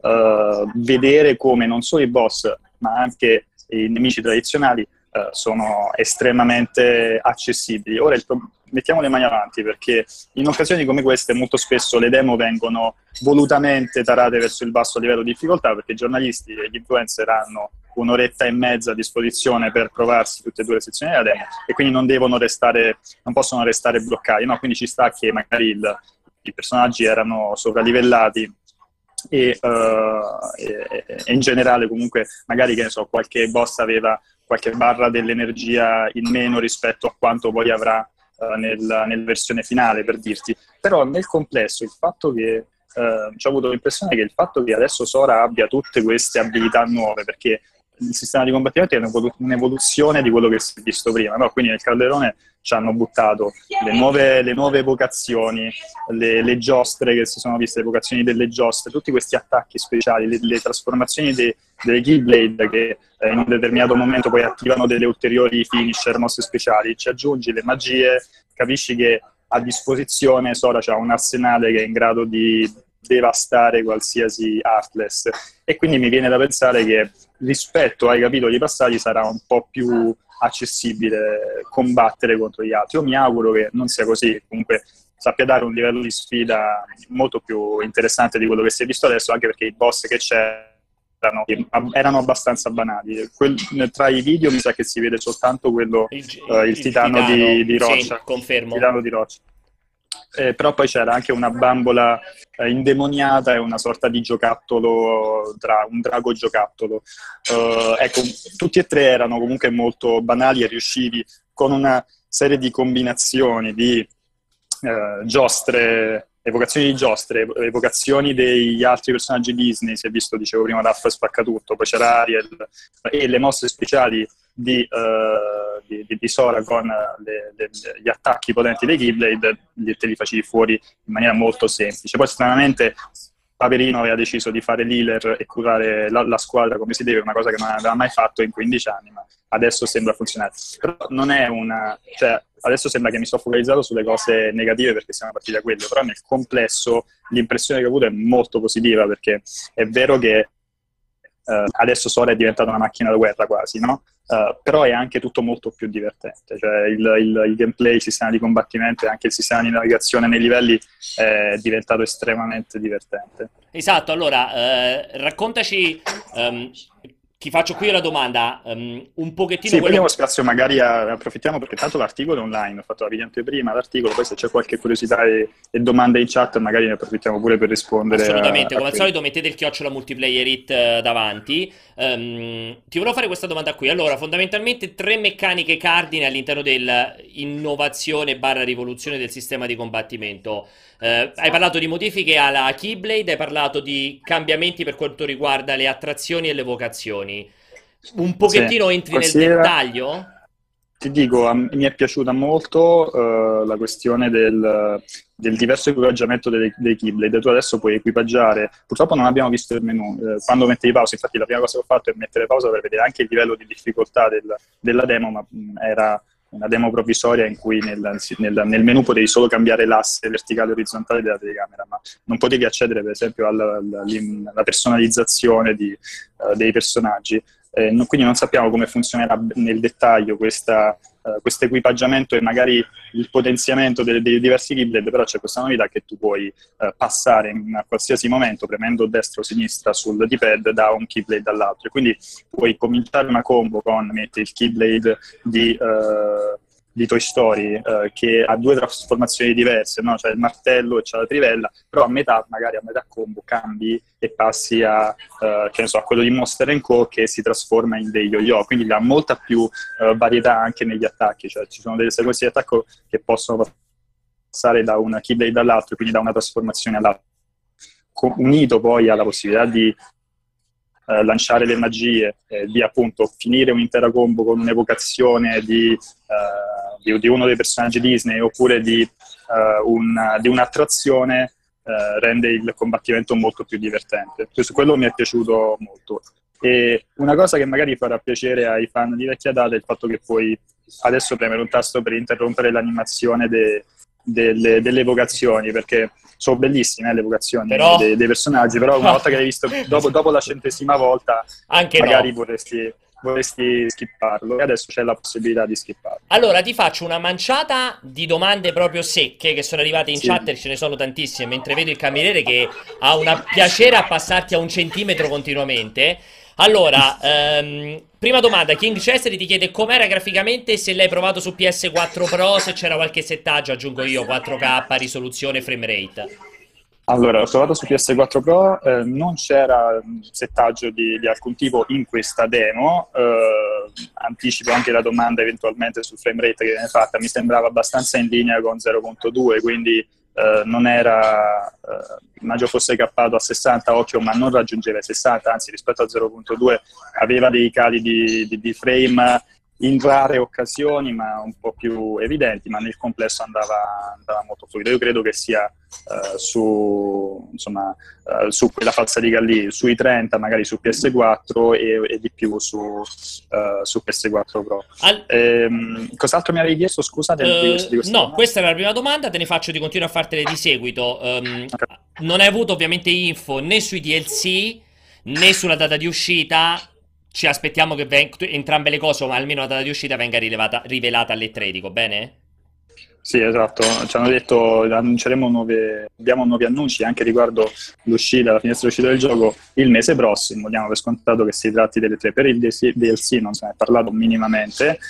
vedere come non solo i boss, ma anche i nemici tradizionali sono estremamente accessibili. Ora mettiamo le mani avanti, perché in occasioni come queste molto spesso le demo vengono volutamente tarate verso il basso livello di difficoltà, perché i giornalisti e gli influencer hanno un'oretta e mezza a disposizione per provarsi tutte e due le sezioni della demo, e quindi non possono restare bloccati, no? Quindi ci sta che magari i personaggi erano sovralivellati e in generale comunque magari, che ne so, qualche boss aveva qualche barra dell'energia in meno rispetto a quanto poi avrà nella versione finale, per dirti. Però nel complesso il fatto che ci ho avuto l'impressione che il fatto che adesso Sora abbia tutte queste abilità nuove, perché il sistema di combattimento è un'evoluzione di quello che si è visto prima, no? Quindi nel Calderone ci hanno buttato le nuove evocazioni, le giostre che si sono viste, le evocazioni delle giostre, tutti questi attacchi speciali, le trasformazioni delle Keyblade che in un determinato momento poi attivano delle ulteriori finisher, mosse speciali, ci aggiungi le magie, capisci che a disposizione Sora c'ha un arsenale che è in grado di devastare qualsiasi Heartless, e quindi mi viene da pensare che rispetto ai capitoli passati sarà un po' più accessibile combattere contro gli altri. Io mi auguro che non sia così, comunque sappia dare un livello di sfida molto più interessante di quello che si è visto adesso, anche perché i boss che erano abbastanza banali. Tra i video mi sa che si vede soltanto quello, il titano di roccia. Sì, confermo. Il titano di roccia. Però poi c'era anche una bambola indemoniata e una sorta di giocattolo, un drago giocattolo. Ecco, tutti e tre erano comunque molto banali e riuscivi con una serie di combinazioni di giostre, evocazioni di giostre, evocazioni degli altri personaggi Disney, si è visto, dicevo prima, Daff Spaccatutto, poi c'era Ariel, e le mosse speciali di Sora con gli attacchi potenti dei Keyblade, te li facevi fuori in maniera molto semplice. Poi stranamente Paperino aveva deciso di fare l'healer e curare la squadra come si deve, una cosa che non aveva mai fatto in 15 anni, ma adesso sembra funzionare. Però non è cioè, adesso sembra che mi sto focalizzato sulle cose negative perché siamo partiti da quello, però nel complesso l'impressione che ho avuto è molto positiva, perché è vero che adesso Sora è diventata una macchina da guerra quasi, no? Però è anche tutto molto più divertente, cioè il gameplay, il sistema di combattimento e anche il sistema di navigazione nei livelli è diventato estremamente divertente. Esatto, allora raccontaci, ti faccio qui una domanda, un pochettino... Sì, prendiamo spazio, magari approfittiamo perché tanto l'articolo è online, ho fatto la video prima, l'articolo, poi se c'è qualche curiosità e domande in chat magari ne approfittiamo pure per rispondere. Assolutamente, come al solito mettete il chiocciola multiplayer it davanti. Ti volevo fare questa domanda qui. Allora, fondamentalmente 3 meccaniche cardine all'interno dell'innovazione barra rivoluzione del sistema di combattimento. Hai parlato di modifiche alla Keyblade, hai parlato di cambiamenti per quanto riguarda le attrazioni e le vocazioni. Un pochettino entri nel dettaglio? Ti dico, mi è piaciuta molto la questione del diverso equipaggiamento dei Keyblade. Tu adesso puoi equipaggiare, purtroppo non abbiamo visto il menu, quando mettevi pausa, infatti la prima cosa che ho fatto è mettere pausa per vedere anche il livello di difficoltà della demo, ma era una demo provvisoria in cui nel menu potevi solo cambiare l'asse verticale e orizzontale della telecamera, ma non potevi accedere per esempio alla personalizzazione dei personaggi. Quindi non sappiamo come funzionerà nel dettaglio questo equipaggiamento e magari il potenziamento dei diversi Keyblade, però c'è questa novità che tu puoi passare a qualsiasi momento premendo destra o sinistra sul D-pad da un Keyblade all'altro, e quindi puoi cominciare una combo con il Keyblade di Toy Story che ha 2 trasformazioni diverse, no? C'è il martello e c'è la trivella, però magari a metà combo cambi e passi a quello di Monster & Co che si trasforma in dei yo-yo, quindi ha molta più varietà anche negli attacchi, cioè ci sono delle sequenze di attacco che possono passare da una Keyblade all'altro, quindi da una trasformazione all'altra, unito poi alla possibilità di lanciare le magie, di appunto finire un'intera combo con un'evocazione di uno dei personaggi Disney oppure di un'attrazione, rende il combattimento molto più divertente. Su quello mi è piaciuto molto. E una cosa che magari farà piacere ai fan di vecchia data è il fatto che puoi adesso premere un tasto per interrompere l'animazione delle evocazioni, perché sono bellissime le evocazioni dei personaggi, però una volta che l'hai visto dopo la 100ª volta anche magari vorresti skipparlo, e adesso c'è la possibilità di skipparlo. Allora ti faccio una manciata di domande proprio secche che sono arrivate in chat, e ce ne sono tantissime, mentre vedo il cameriere che ha un piacere a passarti a 1 centimetro continuamente. Allora, prima domanda, King Chester ti chiede com'era graficamente, se l'hai provato su PS4 Pro, se c'era qualche settaggio, aggiungo io, 4K, risoluzione, frame rate. Allora, ho provato su PS4 Pro, non c'era settaggio di alcun tipo in questa demo, anticipo anche la domanda eventualmente sul frame rate che viene fatta, mi sembrava abbastanza in linea con 0.2, quindi non era, Maggio fosse cappato a 60, occhio, ma non raggiungeva i 60, anzi rispetto a 0.2 aveva dei cali di frame in rare occasioni, ma un po' più evidenti, ma nel complesso andava molto fluido. Io credo che sia su quella falsariga lì, sui 30, magari su PS4 e di più su PS4 Pro. Cos'altro mi avevi chiesto, scusa? No, questa era la prima domanda, te ne faccio di continuare a fartele di seguito. Okay. Non hai avuto ovviamente info né sui DLC né sulla data di uscita. Ci aspettiamo che entrambe le cose, ma almeno la data di uscita, venga rivelata alle 3, dico bene? Sì, esatto, ci hanno detto abbiamo nuovi annunci anche riguardo la finestra d'uscita del gioco il mese prossimo. Diamo per scontato che si tratti delle 3. Per il DLC non se ne è parlato minimamente.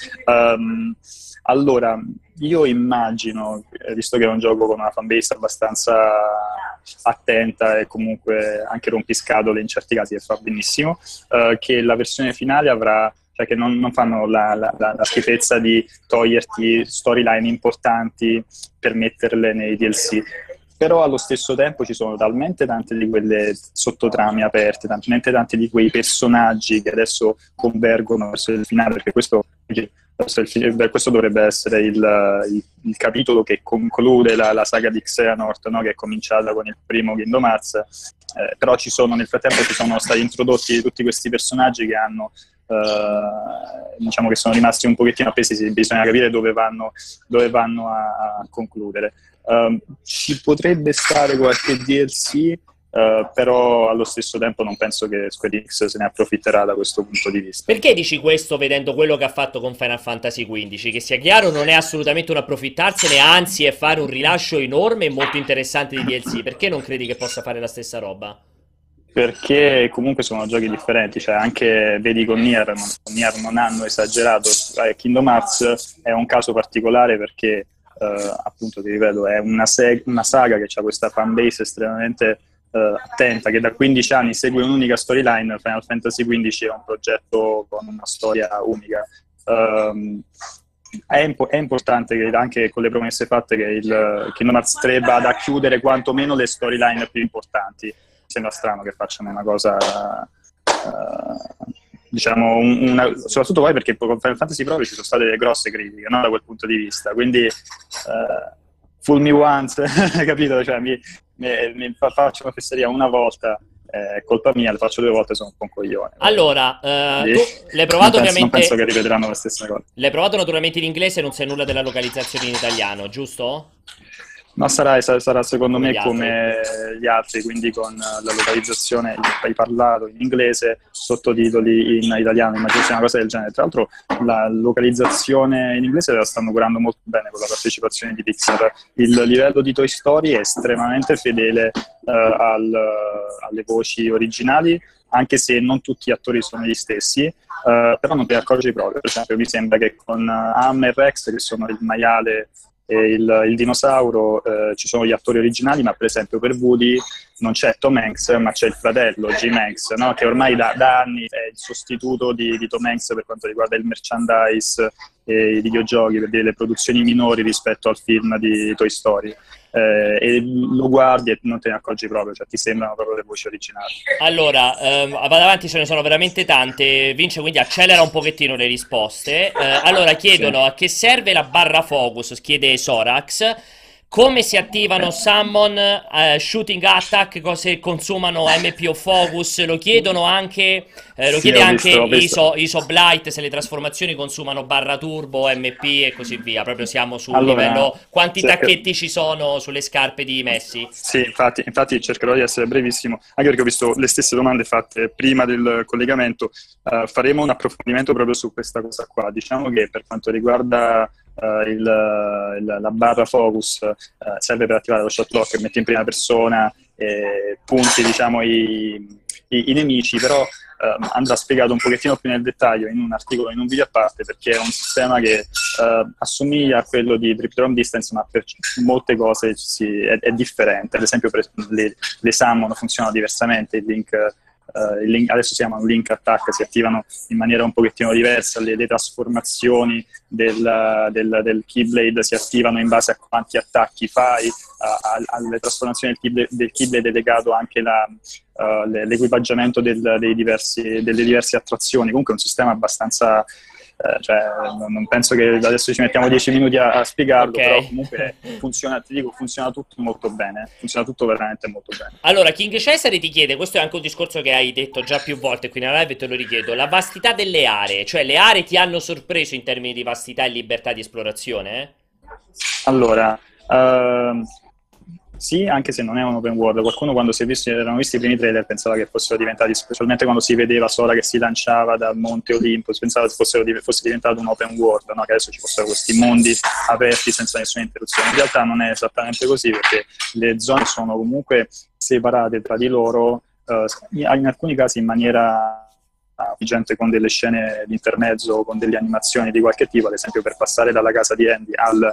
Allora, io immagino, visto che è un gioco con una fanbase abbastanza attenta e comunque anche rompiscatole in certi casi, e fa benissimo, che la versione finale avrà, cioè che non fanno la schifezza di toglierti storyline importanti per metterle nei DLC. Però allo stesso tempo ci sono talmente tante di quelle sottotrame aperte, talmente tanti di quei personaggi che adesso convergono verso il finale, perché questo dovrebbe essere il capitolo che conclude la saga di Xehanort, no? Che è cominciata con il primo Kingdom Hearts, però nel frattempo ci sono stati introdotti tutti questi personaggi che hanno diciamo che sono rimasti un pochettino appesi, bisogna capire dove vanno a concludere. Ci potrebbe stare qualche DLC, però allo stesso tempo non penso che Square Enix se ne approfitterà da questo punto di vista. Perché dici questo vedendo quello che ha fatto con Final Fantasy XV? Che sia chiaro, non è assolutamente un approfittarsene, anzi è fare un rilascio enorme e molto interessante di DLC. Perché non credi che possa fare la stessa roba? Perché comunque sono giochi differenti, cioè anche vedi con Nier non hanno esagerato. Kingdom Hearts è un caso particolare perché appunto ti ripeto è una saga che ha questa fanbase estremamente attenta, che da 15 anni segue un'unica storyline. Final Fantasy XV è un progetto con una storia unica. È importante che anche con le promesse fatte che il Kingdom Hearts 3 vada a chiudere quantomeno le storyline più importanti. Sembra strano che facciano una cosa diciamo soprattutto poi perché con Final Fantasy proprio ci sono state delle grosse critiche, no? Da quel punto di vista, quindi fool me once capito? Cioè faccio una fesseria una volta, è colpa mia, le faccio 2 volte, sono un po' un coglione. Allora, tu l'hai provato ovviamente. Non penso che ripeteranno la stessa cosa. L'hai provato naturalmente in inglese, non sai nulla della localizzazione in italiano, giusto? No, sarà secondo me come gli altri, quindi con la localizzazione, hai parlato in inglese, sottotitoli in italiano, immagino sia una cosa del genere. Tra l'altro la localizzazione in inglese la stanno curando molto bene con la partecipazione di Pixar. Il livello di Toy Story è estremamente fedele alle voci originali, anche se non tutti gli attori sono gli stessi, però non te ne accorgi proprio. Per esempio mi sembra che con Ham e Rex, che sono il maiale e il dinosauro, ci sono gli attori originali, ma per esempio per Woody non c'è Tom Hanks, ma c'è il fratello Jim Hanks, no? Che ormai da anni è il sostituto di Tom Hanks per quanto riguarda il merchandise e i videogiochi, per dire le produzioni minori rispetto al film di Toy Story. E lo guardi e non te ne accorgi proprio, cioè ti sembrano proprio le voci originali. Allora, vado avanti, ce ne sono veramente tante. Vince, quindi accelera un pochettino le risposte. Allora, chiedono a che serve la barra focus, chiede Sorax. Come si attivano summon, shooting attack, cose consumano MP o focus, lo chiedono anche, chiede anche Iso Blight se le trasformazioni consumano barra turbo, MP e così via. Proprio siamo sul livello, quanti tacchetti ci sono sulle scarpe di Messi? Sì, infatti cercherò di essere brevissimo, anche perché ho visto le stesse domande fatte prima del collegamento. Faremo un approfondimento proprio su questa cosa qua. Diciamo che per quanto riguarda la barra focus serve per attivare lo shot lock, metti in prima persona e punti diciamo i nemici, però andrà spiegato un pochettino più nel dettaglio in un articolo, in un video a parte, perché è un sistema che assomiglia a quello di Trip Drop Distance, ma per molte cose è differente. Ad esempio le summon funzionano diversamente, il link adesso si chiamano link attack, si attivano in maniera un pochettino diversa, le trasformazioni del Keyblade si attivano in base a quanti attacchi fai, alle trasformazioni del Keyblade è legato anche l'equipaggiamento delle diverse attrazioni. Comunque è un sistema abbastanza... cioè, non penso che adesso ci mettiamo 10 minuti a spiegarlo, okay. Però comunque funziona, ti dico, funziona tutto molto bene, funziona tutto veramente molto bene. Allora, King Cesare ti chiede, questo è anche un discorso che hai detto già più volte qui nella live e te lo richiedo, la vastità delle aree, cioè le aree ti hanno sorpreso in termini di vastità e libertà di esplorazione? Allora, sì, anche se non è un open world. Qualcuno quando erano visti i primi trailer pensava che fossero diventati, specialmente quando si vedeva Sora che si lanciava dal Monte Olympus, pensava che fosse diventato un open world, no? Che adesso ci fossero questi mondi aperti senza nessuna interruzione. In realtà non è esattamente così, perché le zone sono comunque separate tra di loro, in alcuni casi in maniera gente con delle scene di intermezzo, con delle animazioni di qualche tipo. Ad esempio, per passare dalla casa di Andy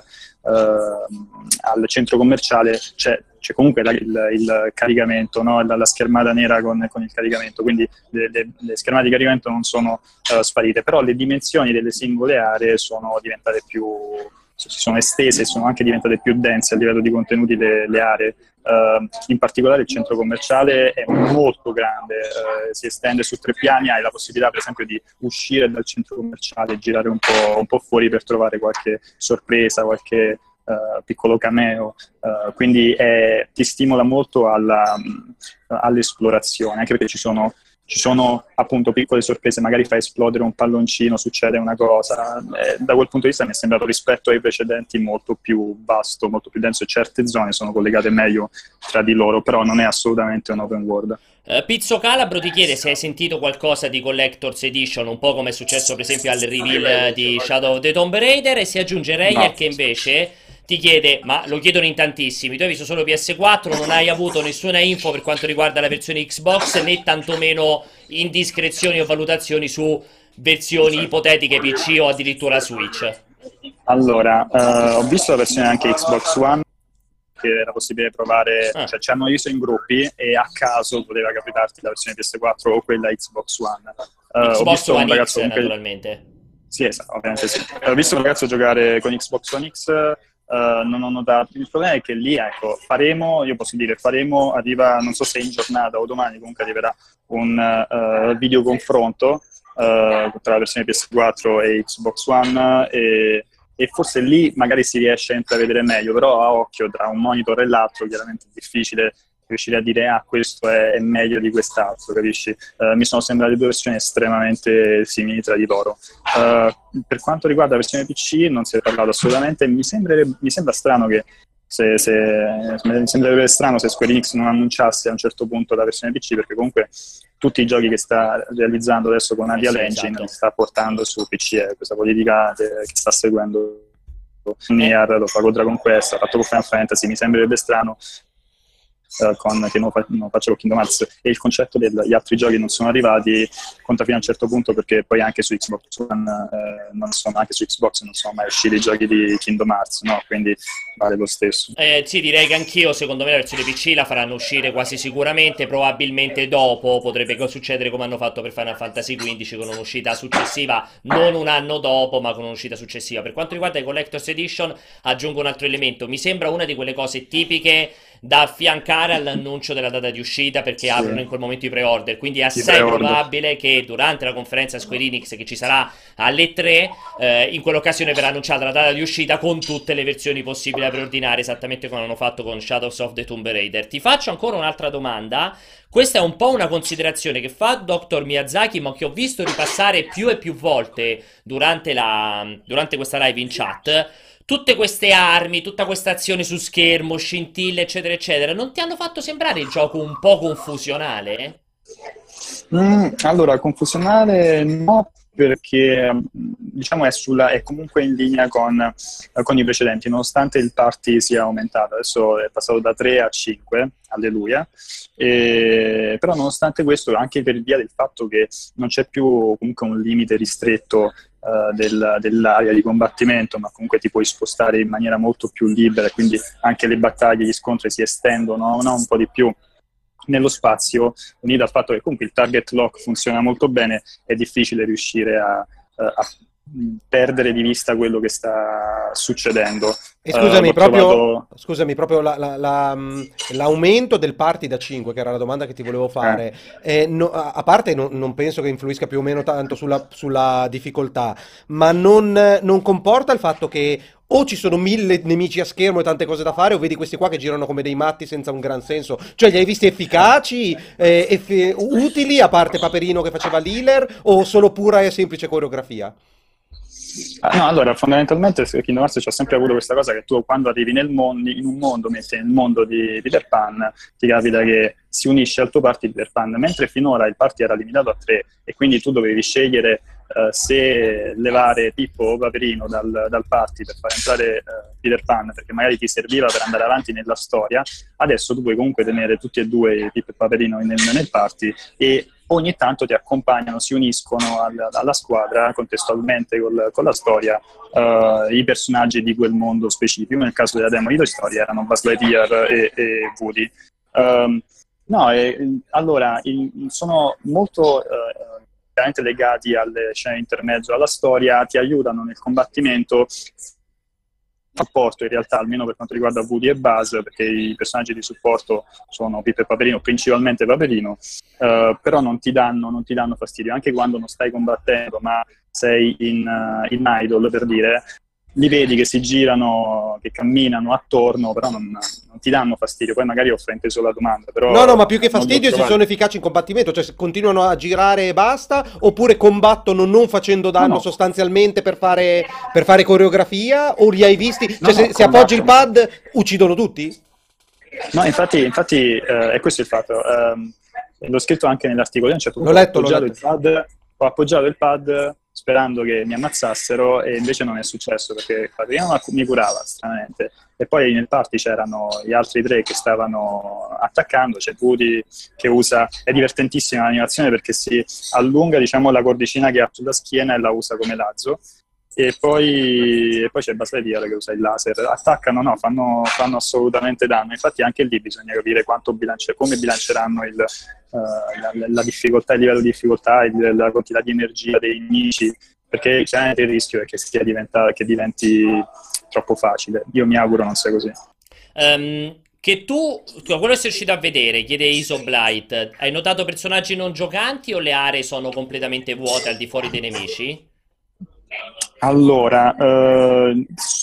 al centro commerciale c'è comunque il caricamento, no? La schermata nera con il caricamento, quindi le schermate di caricamento non sono sparite, però le dimensioni delle singole aree sono diventate si sono estese e sono anche diventate più dense a livello di contenuti le aree. In particolare il centro commerciale è molto grande, si estende su 3 piani, hai la possibilità per esempio di uscire dal centro commerciale e girare un po' fuori per trovare qualche sorpresa, qualche piccolo cameo, quindi ti stimola molto all'esplorazione, anche perché ci sono appunto piccole sorprese, magari fai esplodere un palloncino, succede una cosa. Da quel punto di vista mi è sembrato, rispetto ai precedenti, molto più vasto, molto più denso, e certe zone sono collegate meglio tra di loro, però non è assolutamente un open world. Pizzo Calabro ti chiede se hai sentito qualcosa di Collector's Edition, un po' come è successo per esempio al reveal di Shadow of the Tomb Raider, e si aggiunge Reyer che invece ti chiede, ma lo chiedono in tantissimi, tu hai visto solo PS4, non hai avuto nessuna info per quanto riguarda la versione Xbox, né tantomeno indiscrezioni o valutazioni su versioni ipotetiche PC o addirittura Switch. Allora, ho visto la versione anche Xbox One, che era possibile provare, cioè ci hanno visto in gruppi e a caso poteva capitarti la versione PS4 o quella Xbox One. Xbox ho visto One un ragazzo X, naturalmente. Sì, esatto, ovviamente sì. Ho visto un ragazzo giocare con Xbox One X, non ho notato. Il problema è che lì, ecco, faremo, arriva, non so se in giornata o domani, comunque arriverà un video confronto tra la versione PS4 e Xbox One, e forse lì magari si riesce a intravedere meglio, però a occhio tra un monitor e l'altro chiaramente è difficile riuscire a dire questo è meglio di quest'altro, capisci? Mi sono sembrate 2 versioni estremamente simili tra di loro. Per quanto riguarda la versione PC non si è parlato assolutamente. Mi sembra strano che mi sembrerebbe strano se Square Enix non annunciasse a un certo punto la versione PC, perché comunque tutti i giochi che sta realizzando adesso con Unreal Engine li sta portando su PC, questa politica che sta seguendo Nier, lo fa con Dragon Quest, ha fatto con Final Fantasy. Mi sembrerebbe strano che non faccia con Kingdom Hearts, e il concetto degli altri giochi non sono arrivati conta fino a un certo punto, perché poi anche su Xbox One anche su Xbox non sono mai usciti i giochi di Kingdom Hearts, no? Quindi vale lo stesso. Sì, direi che anch'io, secondo me la versione PC la faranno uscire quasi sicuramente, probabilmente dopo, potrebbe succedere come hanno fatto per Final Fantasy XV con un'uscita successiva, non un anno dopo, ma con un'uscita successiva. Per quanto riguarda i Collector's Edition, aggiungo un altro elemento, mi sembra una di quelle cose tipiche da affiancare all'annuncio della data di uscita, perché aprono in quel momento i pre-order, quindi è assai probabile che durante la conferenza Square Enix che ci sarà alle 3 in quell'occasione verrà annunciata la data di uscita con tutte le versioni possibili da preordinare, esattamente come hanno fatto con Shadows of the Tomb Raider. Ti faccio ancora un'altra domanda. Questa è un po' una considerazione che fa Dr. Miyazaki, ma che ho visto ripassare più e più volte durante questa live in chat. Tutte queste armi, tutta questa azione su schermo, scintille, eccetera, eccetera, non ti hanno fatto sembrare il gioco un po' confusionale? Allora, confusionale no, perché diciamo è comunque in linea con i precedenti, nonostante il party sia aumentato. Adesso è passato da 3 a 5, alleluia, però nonostante questo, anche per via del fatto che non c'è più comunque un limite ristretto dell'area di combattimento, ma comunque ti puoi spostare in maniera molto più libera, quindi anche le battaglie, gli scontri si estendono, no? Un po' di più nello spazio, unito al fatto che comunque il target lock funziona molto bene, è difficile riuscire a perdere di vista quello che sta succedendo. E scusami, trovato... proprio l'aumento del party da 5, che era la domanda che ti volevo fare, a parte non penso che influisca più o meno tanto sulla difficoltà, ma non comporta il fatto che o ci sono 1000 nemici a schermo e tante cose da fare, o vedi questi qua che girano come dei matti senza un gran senso. Cioè, li hai visti efficaci, utili, a parte Paperino che faceva l'healer, o solo pura e semplice coreografia? No, allora, fondamentalmente Kingdom Hearts c'ha sempre avuto questa cosa che tu quando arrivi in un mondo, metti nel mondo di Peter Pan, ti capita che si unisce al tuo party Peter Pan, mentre finora il party era limitato a 3 e quindi tu dovevi scegliere se levare Pippo o Paperino dal party per far entrare Peter Pan, perché magari ti serviva per andare avanti nella storia. Adesso tu puoi comunque tenere tutti e due Pippo e Paperino nel party, e ogni tanto ti accompagnano, si uniscono alla squadra contestualmente con la storia i personaggi di quel mondo specifico. Nel caso della demo di Toy Story erano Buzz Lightyear e Woody. Allora, sono molto veramente legati alle scene intermezzo alla storia, ti aiutano nel combattimento. Supporto in realtà, almeno per quanto riguarda Woody e Buzz, perché i personaggi di supporto sono Pippo e Paperino, principalmente Paperino, però non ti danno fastidio, anche quando non stai combattendo ma sei in idle, per dire, li vedi che si girano, che camminano attorno, però non ti danno fastidio. Poi magari ho frainteso la domanda, però no, ma più che fastidio, se sono efficaci in combattimento, cioè se continuano a girare e basta, oppure combattono non facendo danno sostanzialmente per fare coreografia, o li hai visti? Cioè se appoggi il pad uccidono tutti? No, infatti è questo il fatto. L'ho scritto anche nell'articolo. A un certo punto ho appoggiato il pad sperando che mi ammazzassero, e invece non è successo, perché Paperino mi curava stranamente, e poi nel party c'erano gli altri 3 che stavano attaccando. C'è Woody che è divertentissima l'animazione perché si allunga, diciamo, la cordicina che ha sulla schiena e la usa come lazzo, e poi c'è Buzz Lightyear che usa il laser. Attaccano, no, fanno assolutamente danno. Infatti anche lì bisogna capire come bilanceranno la difficoltà, il livello di difficoltà, la quantità di energia dei nemici, perché chiaramente il rischio è che diventi troppo facile. Io mi auguro non sia così. Che tu, quello che sei riuscito a vedere, chiede Isoblight, hai notato personaggi non giocanti o le aree sono completamente vuote al di fuori dei nemici? Allora, per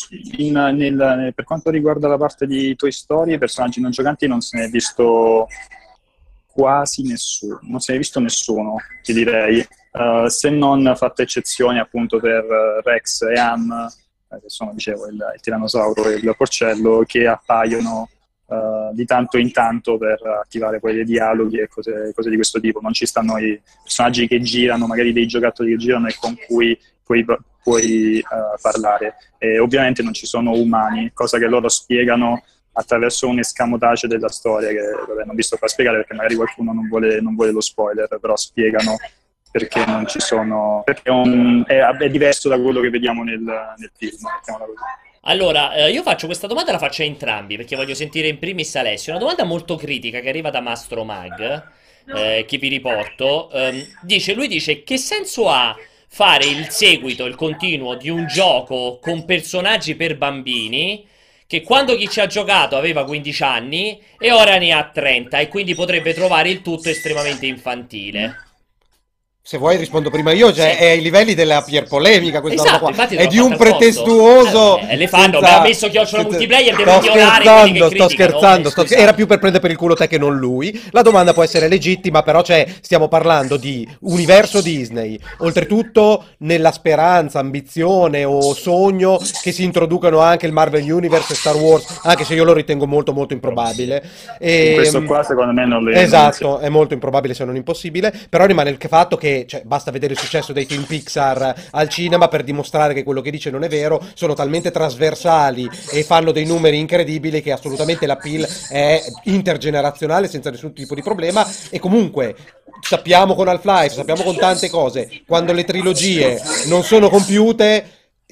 quanto riguarda la parte di Toy Story, personaggi non giocanti non se ne è visto quasi nessuno, non se ne è visto nessuno, ti direi, se non fatte eccezioni appunto per Rex e Ham, che sono, dicevo, il tirannosauro e il porcello, che appaiono di tanto in tanto per attivare poi dei dialoghi e cose di questo tipo. Non ci stanno i personaggi che girano, magari dei giocattoli che girano e con cui puoi parlare. E ovviamente non ci sono umani, cosa che loro spiegano attraverso un escamotage della storia che non vi sto qua a spiegare perché magari qualcuno non vuole lo spoiler, però spiegano perché non ci sono, perché è diverso da quello che vediamo nel film, mettiamola così. Allora, io faccio questa domanda, la faccio a entrambi perché voglio sentire in primis Alessio. Una domanda molto critica che arriva da Mastro Mag, che vi riporto. Lui dice: che senso ha fare il seguito, il continuo di un gioco con personaggi per bambini che quando chi ci ha giocato aveva 15 anni e ora ne ha 30 e quindi potrebbe trovare il tutto estremamente infantile? Se vuoi rispondo prima io, cioè Sì. è ai livelli della pierpolemica questa Esatto, roba qua. infatti È l'ho di un fatta apposta. pretestuoso. Le fanno, mi ha messo chiocciola multiplayer, devo violare quelli che Sto criticano. scherzando, era più per prendere per il culo te che non lui. La domanda può essere legittima, però stiamo parlando di universo Disney. Oltretutto nella speranza, ambizione o sogno che si introducano anche il Marvel Universe e Star Wars, anche se io lo ritengo molto molto improbabile. Questo qua secondo me non le... Esatto, è molto improbabile se non impossibile, però rimane il fatto che basta vedere il successo dei film Pixar al cinema per dimostrare che quello che dice non è vero. Sono talmente trasversali e fanno dei numeri incredibili che assolutamente l'appeal è intergenerazionale senza nessun tipo di problema. E comunque sappiamo con Half-Life, sappiamo con tante cose, quando le trilogie non sono compiute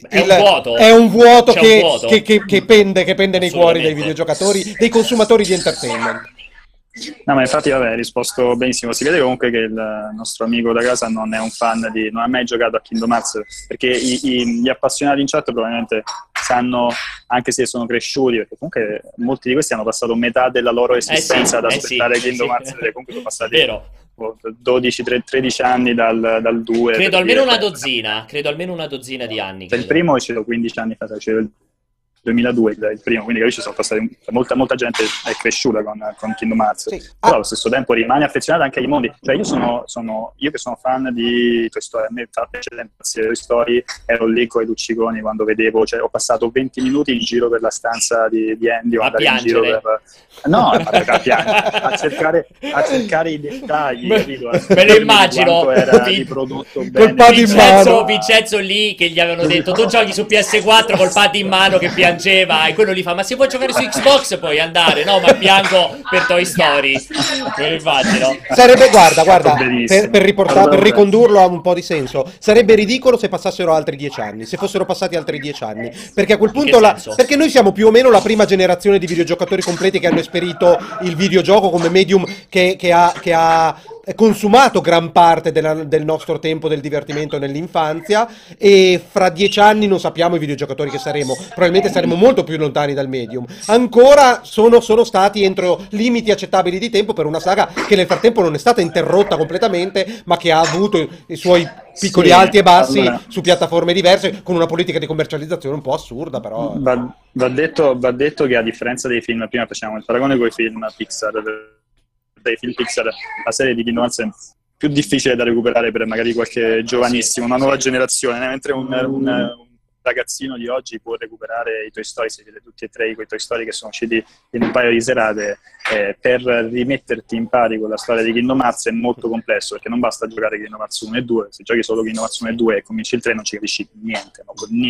è un vuoto che pende nei cuori dei videogiocatori, dei consumatori di entertainment. No, ma infatti, vabbè, hai risposto benissimo. Si vede comunque che il nostro amico da casa non è un fan non ha mai giocato a Kingdom Hearts, perché gli appassionati in chat probabilmente sanno, anche se sono cresciuti, perché comunque molti di questi hanno passato metà della loro esistenza ad aspettare Kingdom Hearts, comunque sono passati Vero. 12-13 anni dal 2. Credo almeno una dozzina di anni. Il primo è uscito 15 anni fa, cioè il 2002 il primo, quindi capisci, sono passati, molta gente è cresciuta con Kingdom Hearts, Sì. però allo stesso tempo rimane affezionata anche ai mondi. Cioè io che sono fan di Toy Story, a me fa piacere impazzire Toy Story, ero lì con i lucciconi quando vedevo, cioè ho passato 20 minuti in giro per la stanza di Andy o andare in giro a cercare i dettagli, me lo immagino era di prodotto bene. Vincenzo lì che gli avevano detto tu giochi su PS4 col pad in mano che piangeva, e quello gli fa ma se vuoi giocare su Xbox puoi andare, no ma piango per Toy Story, me lo immagino. Sarebbe, guarda per ricondurlo a un po' di senso, sarebbe ridicolo se passassero altri 10 anni, se fossero passati altri 10 anni, perché a quel punto perché noi siamo più o meno la prima generazione di videogiocatori completi che hanno esperito il videogioco come medium che ha consumato gran parte del nostro tempo del divertimento nell'infanzia, e fra 10 anni non sappiamo i videogiocatori che saremo, probabilmente saremo molto più lontani dal medium. Ancora sono stati entro limiti accettabili di tempo per una saga che nel frattempo non è stata interrotta completamente, ma che ha avuto i suoi piccoli alti e bassi su piattaforme diverse, con una politica di commercializzazione un po' assurda, però va detto che a differenza dei film, prima facciamo il paragone con i film Pixar, dei film Pixar, la serie di Kingdom Hearts è più difficile da recuperare per magari qualche giovanissimo, una nuova generazione, mentre un ragazzino di oggi può recuperare i Toy Story, si vede tutti e tre quei Toy Story che sono usciti in un paio di serate, per rimetterti in pari con la storia di Kingdom Hearts è molto complesso, perché non basta giocare Kingdom Hearts 1 e 2, se giochi solo Kingdom Hearts 1 e 2 e cominci il 3 non ci capisci niente,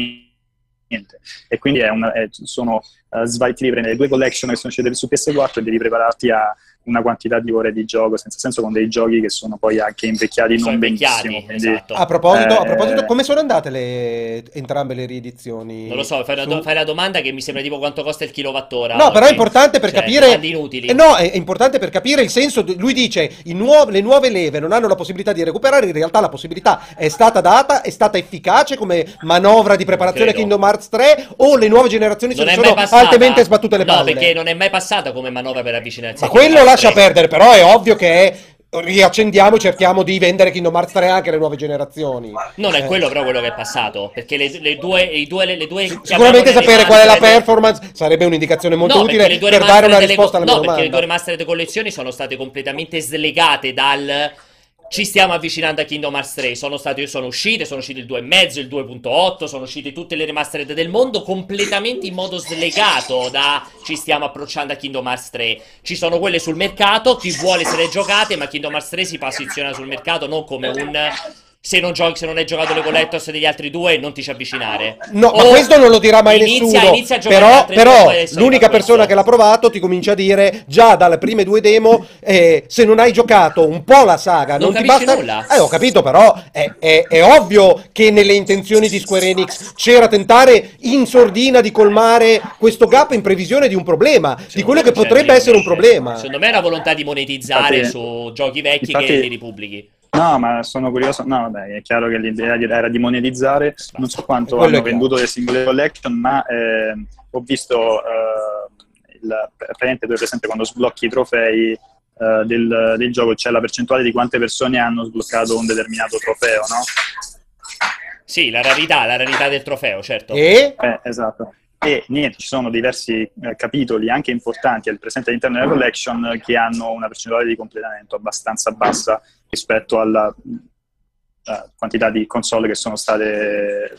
e quindi sono svaiti di prendere le due collection che sono uscite su PS4 e devi prepararti a una quantità di ore di gioco senza senso, con dei giochi che sono poi anche invecchiati non benissimo. Quindi, esatto. A proposito, come sono andate entrambe le riedizioni? Non lo so, fai la domanda che mi sembra tipo quanto costa il kilowattora. No, però è importante per capire. Inutili. No, è importante per capire il senso. Lui dice le nuove leve non hanno la possibilità di recuperare. In realtà la possibilità è stata data, è stata efficace come manovra di preparazione a Kingdom Hearts 3, o le nuove generazioni sono altamente sbattute le palle? No, perché non è mai passata come manovra per avvicinarsi. Ma quello lascia perdere, però è ovvio che riaccendiamo e cerchiamo di vendere Kingdom Hearts 3 anche alle nuove generazioni. Non è quello però quello che è passato, perché le due sicuramente sapere qual è la performance sarebbe un'indicazione molto utile per dare una risposta alla mia domanda. Perché le due remastered collezioni sono state completamente slegate dal ci stiamo avvicinando a Kingdom Hearts 3, sono usciti il 2.5, il 2.8, sono uscite tutte le remastered del mondo completamente in modo slegato da ci stiamo approcciando a Kingdom Hearts 3. Ci sono quelle sul mercato, chi vuole se le giocate, ma Kingdom Hearts 3 si posiziona sul mercato non come un se non hai giocato le collectors degli altri due non ti ci avvicinare. No, ma questo non lo dirà mai nessuno. Inizia a giocare però l'unica persona che l'ha provato ti comincia a dire già dalle prime due demo, se non hai giocato un po' la saga non ti basta nulla. Ho capito, però è ovvio che nelle intenzioni di Square Enix c'era tentare in sordina di colmare questo gap in previsione di un problema, di quello che potrebbe essere un problema. Secondo me è una volontà di monetizzare su giochi vecchi che li ripubblichi. No, ma sono curioso. No, vabbè, è chiaro che l'idea era di monetizzare. Non so quanto hanno venduto le singole collection, ma ho visto praticamente tu hai presente quando sblocchi i trofei del gioco, c'è la percentuale di quante persone hanno sbloccato un determinato trofeo, no? Sì, la rarità del trofeo, certo. Esatto. E niente, ci sono diversi capitoli anche importanti presenti all'interno della collection che hanno una percentuale di completamento abbastanza bassa rispetto alla quantità di console che sono state,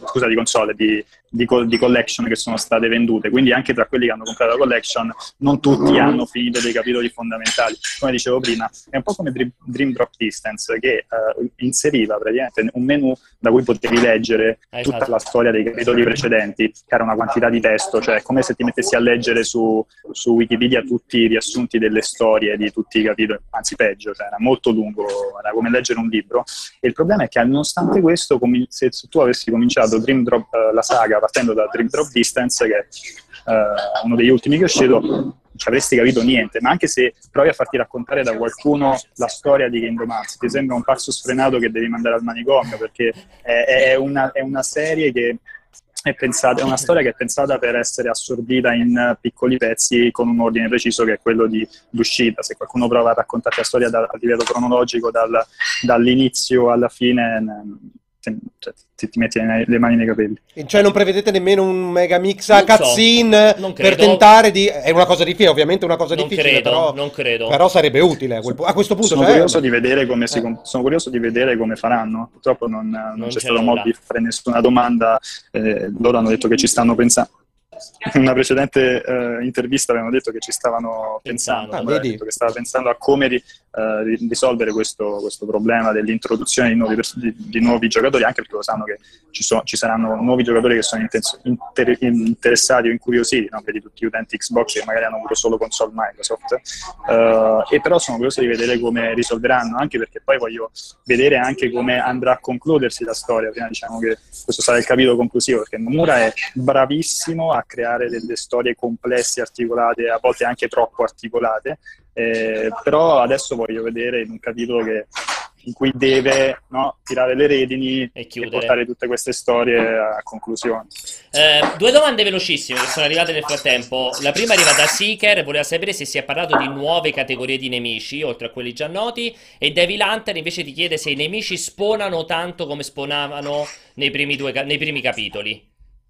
di collection che sono state vendute. Quindi anche tra quelli che hanno comprato la collection non tutti hanno finito dei capitoli fondamentali. Come dicevo prima, è un po' come Dream Drop Distance, che inseriva praticamente un menu da cui potevi leggere tutta la storia dei capitoli precedenti, che era una quantità di testo, cioè come se ti mettessi a leggere su Wikipedia tutti i riassunti delle storie di tutti i capitoli, anzi peggio, cioè era molto lungo, era come leggere un libro. E il problema è che nonostante questo, se tu avessi cominciato la saga partendo da Dream Drop Distance, che è uno degli ultimi che è uscito, ci avresti capito niente, ma anche se provi a farti raccontare da qualcuno la storia di Kingdom Hearts, ti sembra un pazzo sfrenato che devi mandare al manicomio, perché è una serie che è pensata, è una storia che è pensata per essere assorbita in piccoli pezzi con un ordine preciso che è quello d'uscita. Se qualcuno prova a raccontarti la storia a livello cronologico dall'inizio alla fine, cioè, ti metti le mani nei capelli. Cioè non prevedete nemmeno un mega mix a Non so, cutscene non per credo. tentare di... È una cosa difficile, ovviamente è una cosa Non difficile, credo, non credo. però sarebbe utile a questo punto. Sono cioè, curioso di vedere come sono curioso di vedere come faranno. Purtroppo non c'è c'è stato modo nulla. di fare nessuna domanda. Loro hanno detto che ci stanno pensando. In una precedente intervista avevano detto che ci stavano pensando, Ah, avevano vedi? detto che stava pensando a come risolvere questo problema dell'introduzione di nuovi giocatori, anche perché lo sanno che ci saranno nuovi giocatori che sono interessati o incuriositi, no? Vedi tutti gli utenti Xbox che magari hanno avuto solo console Microsoft, e però sono curioso di vedere come risolveranno, anche perché poi voglio vedere anche come andrà a concludersi la storia. Prima diciamo che questo sarà il capitolo conclusivo, perché Nomura è bravissimo a creare delle storie complesse, articolate, a volte anche troppo articolate, però adesso voglio vedere in un capitolo in cui deve, no, tirare le redini E e chiudere. portare tutte queste storie a conclusione. Due domande velocissime che sono arrivate nel frattempo. La prima arriva da Seeker, voleva sapere se si è parlato di nuove categorie di nemici, oltre a quelli già noti, e Devil Hunter invece ti chiede se i nemici spawnano tanto come spawnavano nei primi capitoli.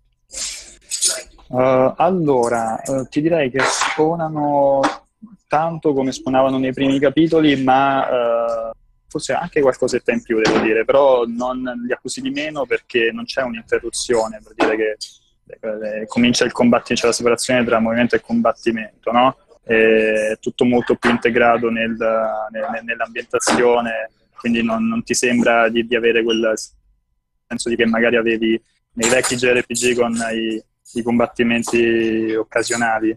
Allora, ti direi che spawnano tanto come spawnavano nei primi capitoli, ma forse anche qualcosetta in più, devo dire, però non li accusi di meno perché non c'è un'interruzione, per dire che comincia il combattimento, c'è la separazione tra movimento e combattimento, no? È tutto molto più integrato nell'ambientazione, quindi non ti sembra di avere quel senso di che magari avevi nei vecchi JRPG con i combattimenti occasionali.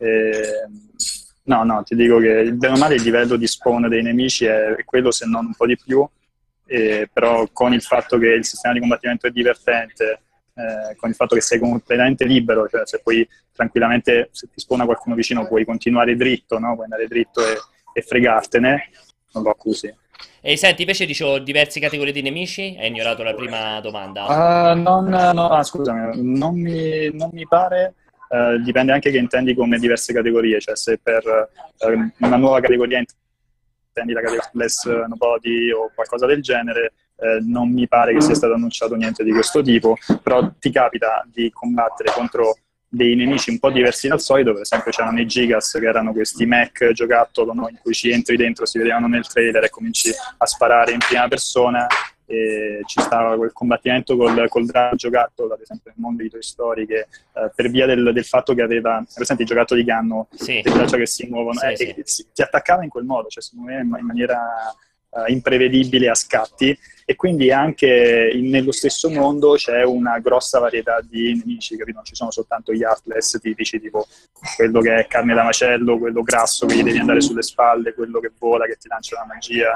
No, ti dico che bene o male il livello di spawn dei nemici è quello, se non un po' di più, però con il fatto che il sistema di combattimento è divertente, con il fatto che sei completamente libero, cioè se puoi tranquillamente, se ti spawna qualcuno vicino puoi continuare dritto, no? Puoi andare dritto e fregartene, non lo accusi. E senti, invece dicevo diverse categorie di nemici? Hai ignorato la prima domanda. Scusami, non mi pare. Dipende anche che intendi come diverse categorie, cioè se per una nuova categoria intendi la categoria Less Nobody o qualcosa del genere, non mi pare che sia stato annunciato niente di questo tipo, però ti capita di combattere contro dei nemici un po' diversi dal solito. Per esempio c'erano i Gigas, che erano questi mech giocattolo, no? In cui ci entri dentro, si vedevano nel trailer, e cominci a sparare in prima persona, e ci stava quel combattimento col drago giocattolo, ad esempio nel mondo di Toy Story, che per via del fatto che aveva, presente i giocattoli che hanno Sì. le braccia che si muovono, Sì. ti attaccava in quel modo, cioè si muoveva in maniera imprevedibile a scatti, e quindi anche nello stesso mondo c'è una grossa varietà di nemici, capito? Non ci sono soltanto gli Heartless tipici, tipo quello che è carne da macello, quello grasso che gli devi andare sulle spalle, quello che vola, che ti lancia la magia,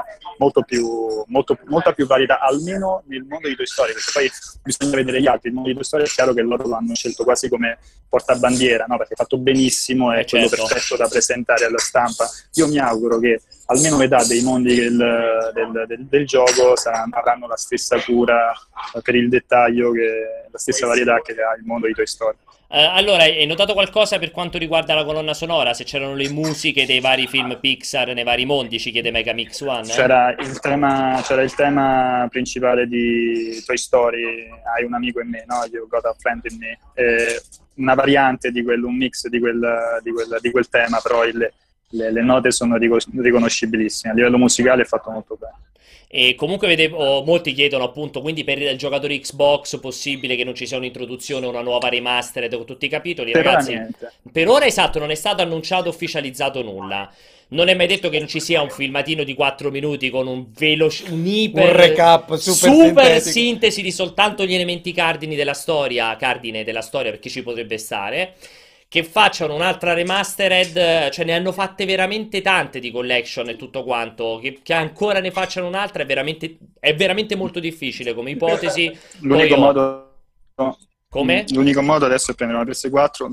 molta più varietà, almeno nel mondo di Toy Story, perché poi bisogna vedere gli altri. Il mondo di Toy Story è chiaro che loro l'hanno scelto quasi come portabandiera, no? Perché è fatto benissimo, è quello certo. perfetto da presentare alla stampa. Io mi auguro che almeno metà dei mondi del gioco avranno la stessa cura per il dettaglio, la stessa varietà che ha il mondo di Toy Story. Allora, hai notato qualcosa per quanto riguarda la colonna sonora? Se c'erano le musiche dei vari film Pixar nei vari mondi, ci chiede Megamix One. C'era il tema principale di Toy Story, Hai un amico in me, no? You've got a friend in me. Una variante di quello, un mix di quel tema, però le note sono riconoscibilissime. A livello musicale è fatto molto bene. E comunque vedevo, molti chiedono appunto, quindi per il giocatore Xbox possibile che non ci sia un'introduzione, una nuova remastered con tutti i capitoli? Per ora Ragazzi, niente. per ora esatto, non è stato annunciato, ufficializzato nulla. Non è mai detto che non ci sia un filmatino di 4 minuti con un iper Un recap super sintetico. sintesi di soltanto gli elementi cardine della storia, perché ci potrebbe stare. Che facciano un'altra remastered, cioè ne hanno fatte veramente tante di collection e tutto quanto. Che ancora ne facciano un'altra è veramente molto difficile come ipotesi. L'unico Poi modo Come? L'unico modo adesso è prendere una PS4,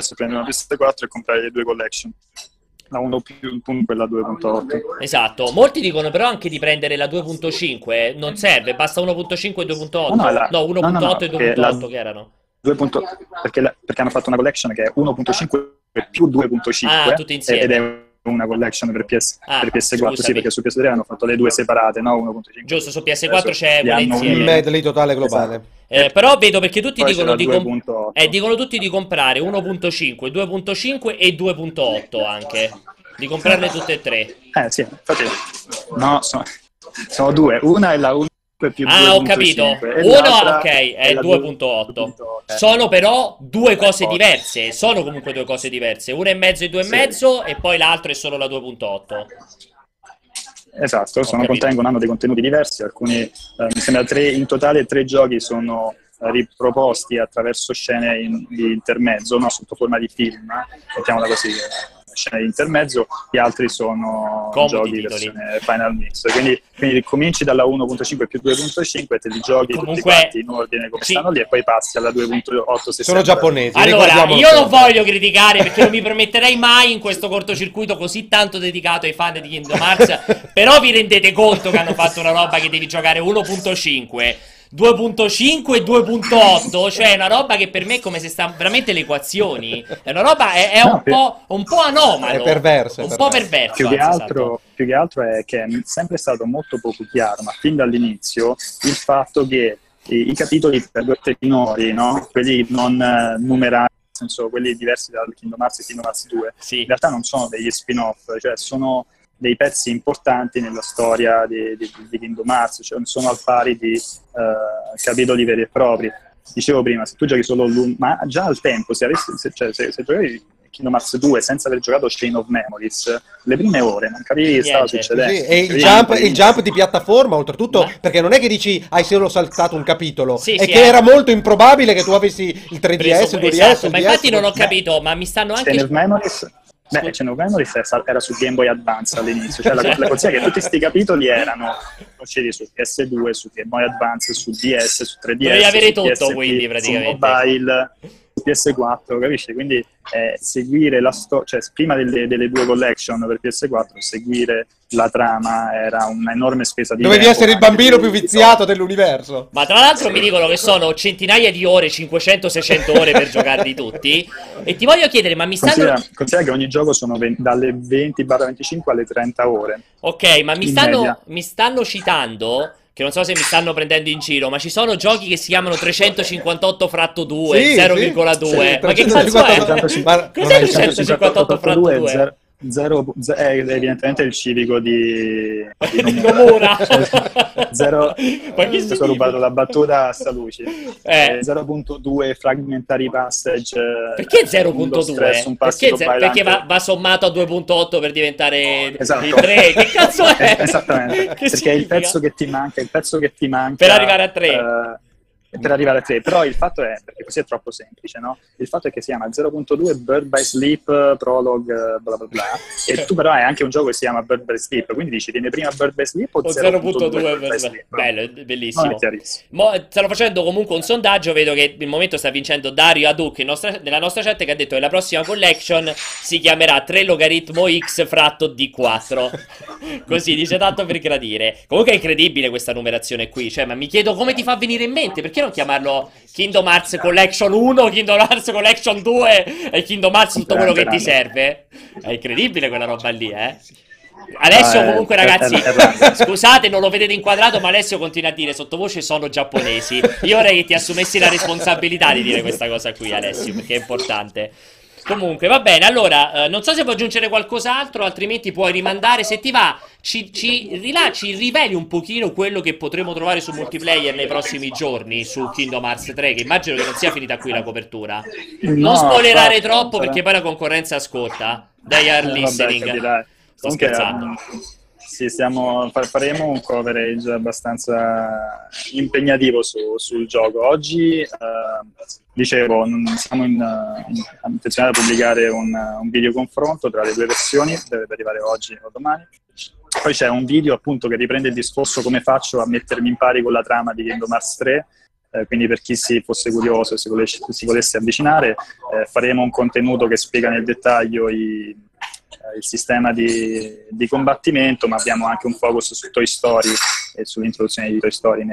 e comprare le due collection. La 1+, quella 2.8. Esatto, molti dicono però anche di prendere la 2.5, non serve, basta 1.5 e 2.8. No, 1.8 e 2.8 che erano. Perché hanno fatto una collection che è 1.5 più 2.5 tutti insieme. ed è una collection per PS4, scusami. sì, perché su PS3 hanno fatto le due separate, no? 1.5. Giusto, su PS4 c'è quella Il insieme. medley totale globale. Esatto. Però vedo perché tutti Poi dicono c'è la 2.8. dicono tutti di comprare 1.5, 2.5 e 2.8 anche. Di comprarle tutte e tre. Sì, infatti. No, sono due. Una è la 1 più 2.5. Ho capito. Una, ok, è il 2.8. Sono però due cose diverse. Sono comunque due cose diverse. Una e mezzo e due e mezzo, e poi l'altro è solo la 2.8. Esatto, hanno dei contenuti diversi. Alcuni, mi sembra in totale 3 giochi sono riproposti attraverso scene di intermezzo, no, sotto forma di film, mettiamola così. Scene di intermezzo, gli altri sono giochi di versione Final Mix, quindi cominci dalla 1.5 più 2.5 e te li giochi tutti quanti in ordine come stanno lì, e poi passi alla 2.8 se sono giapponesi. Allora, io non voglio criticare, perché non mi permetterei mai in questo cortocircuito così tanto dedicato ai fan di Kingdom Hearts, però vi rendete conto che hanno fatto una roba che devi giocare 1.5 2.5 e 2.8, cioè una roba che per me è come se sta veramente le equazioni. È una roba un po' anomalo. È perverso. Un po' perverso. Più che altro è che è sempre stato molto poco chiaro, ma fin dall'inizio, il fatto che i capitoli per minori, no? Quelli non numerati, nel senso quelli diversi dal Kingdom Hearts e Kingdom Hearts 2, sì, in realtà non sono degli spin-off, cioè sono dei pezzi importanti nella storia di Kingdom Hearts, cioè sono al pari di capitoli veri e propri. Dicevo prima, se tu giochi solo ma già al tempo, se giocavi Kingdom Hearts 2 senza aver giocato Chain of Memories, le prime ore non capivi che stava succedendo. Sì, e il jump di piattaforma, oltretutto, perché non è che dici hai solo saltato un capitolo, era molto improbabile che tu avessi il 3DS, il 2DS, esatto, il ma DS, infatti non ho capito, ma mi stanno anche... Chain of Memories... Chain of Memories era su Game Boy Advance all'inizio, cioè la consiglio che tutti questi capitoli erano usciti su PS2, su Game Boy Advance, su DS, su 3DS, dovevi avere tutto, PSP, quindi praticamente su mobile, su PS4, capisci? Quindi seguire la storia, cioè prima delle due collection per PS4, seguire la trama era un'enorme spesa di tempo. Dovevi essere il bambino più viziato dell'universo. Ma tra l'altro mi dicono che sono centinaia di ore, 500-600 ore per giocarli tutti. E ti voglio chiedere, ma mi stanno... Considera che ogni gioco sono dalle 20-25 alle 30 ore. Ok, ma mi stanno citando... che non so se mi stanno prendendo in giro, ma ci sono giochi che si chiamano 358 fratto 2, 0,2. Sì, ma che cazzo è? Cos'è 358 fratto 2? È evidentemente il civico di Nomura. Ma che ho rubato la battuta a Saluci. 0.2 fragmentary passage. Perché 0.2? Perché va sommato a 2.8 per diventare il 3. Che cazzo è? Esattamente. Perché è il pezzo che ti manca per arrivare a 3. Però il fatto è, perché così è troppo semplice, no? Il fatto è che si chiama 0.2 Bird by Sleep Prologue bla bla bla, e tu però hai anche un gioco che si chiama Bird by Sleep, quindi dici viene prima Bird by Sleep o 0.2 Bird by Sleep? Bello, bellissimo. Non è chiarissimo. Stanno facendo comunque un sondaggio, vedo che il momento sta vincendo Dario Aduk nella nostra chat, che ha detto che la prossima collection si chiamerà 3 logaritmo x fratto d4. Così dice, tanto per gradire. Comunque è incredibile questa numerazione qui, cioè, ma mi chiedo come ti fa venire in mente, perché non chiamarlo Kingdom Hearts Collection 1, Kingdom Hearts Collection 2 e Kingdom Hearts tutto quello che ti serve? È incredibile quella roba lì, Alessio comunque ragazzi, scusate non lo vedete inquadrato, ma Alessio continua a dire sottovoce sono giapponesi. Io vorrei che ti assumessi la responsabilità di dire questa cosa qui, Alessio, perché è importante. Comunque va bene, allora non so se vuoi aggiungere qualcos'altro, altrimenti puoi rimandare. Se ti va ci riveli un pochino quello che potremo trovare su multiplayer nei prossimi giorni su Kingdom Hearts 3, che immagino che non sia finita qui la copertura. Non spoilerare troppo perché poi la concorrenza ascolta. They are listening. Sto scherzando. Sì, faremo un coverage abbastanza impegnativo sul gioco. Oggi, dicevo, siamo intenzionati a pubblicare un video confronto tra le due versioni, deve arrivare oggi o domani. Poi c'è un video appunto che riprende il discorso come faccio a mettermi in pari con la trama di Kingdom Hearts 3, quindi per chi si fosse curioso e si volesse avvicinare, faremo un contenuto che spiega nel dettaglio il sistema di combattimento, ma abbiamo anche un focus su Toy Story e sull'introduzione di Toy Story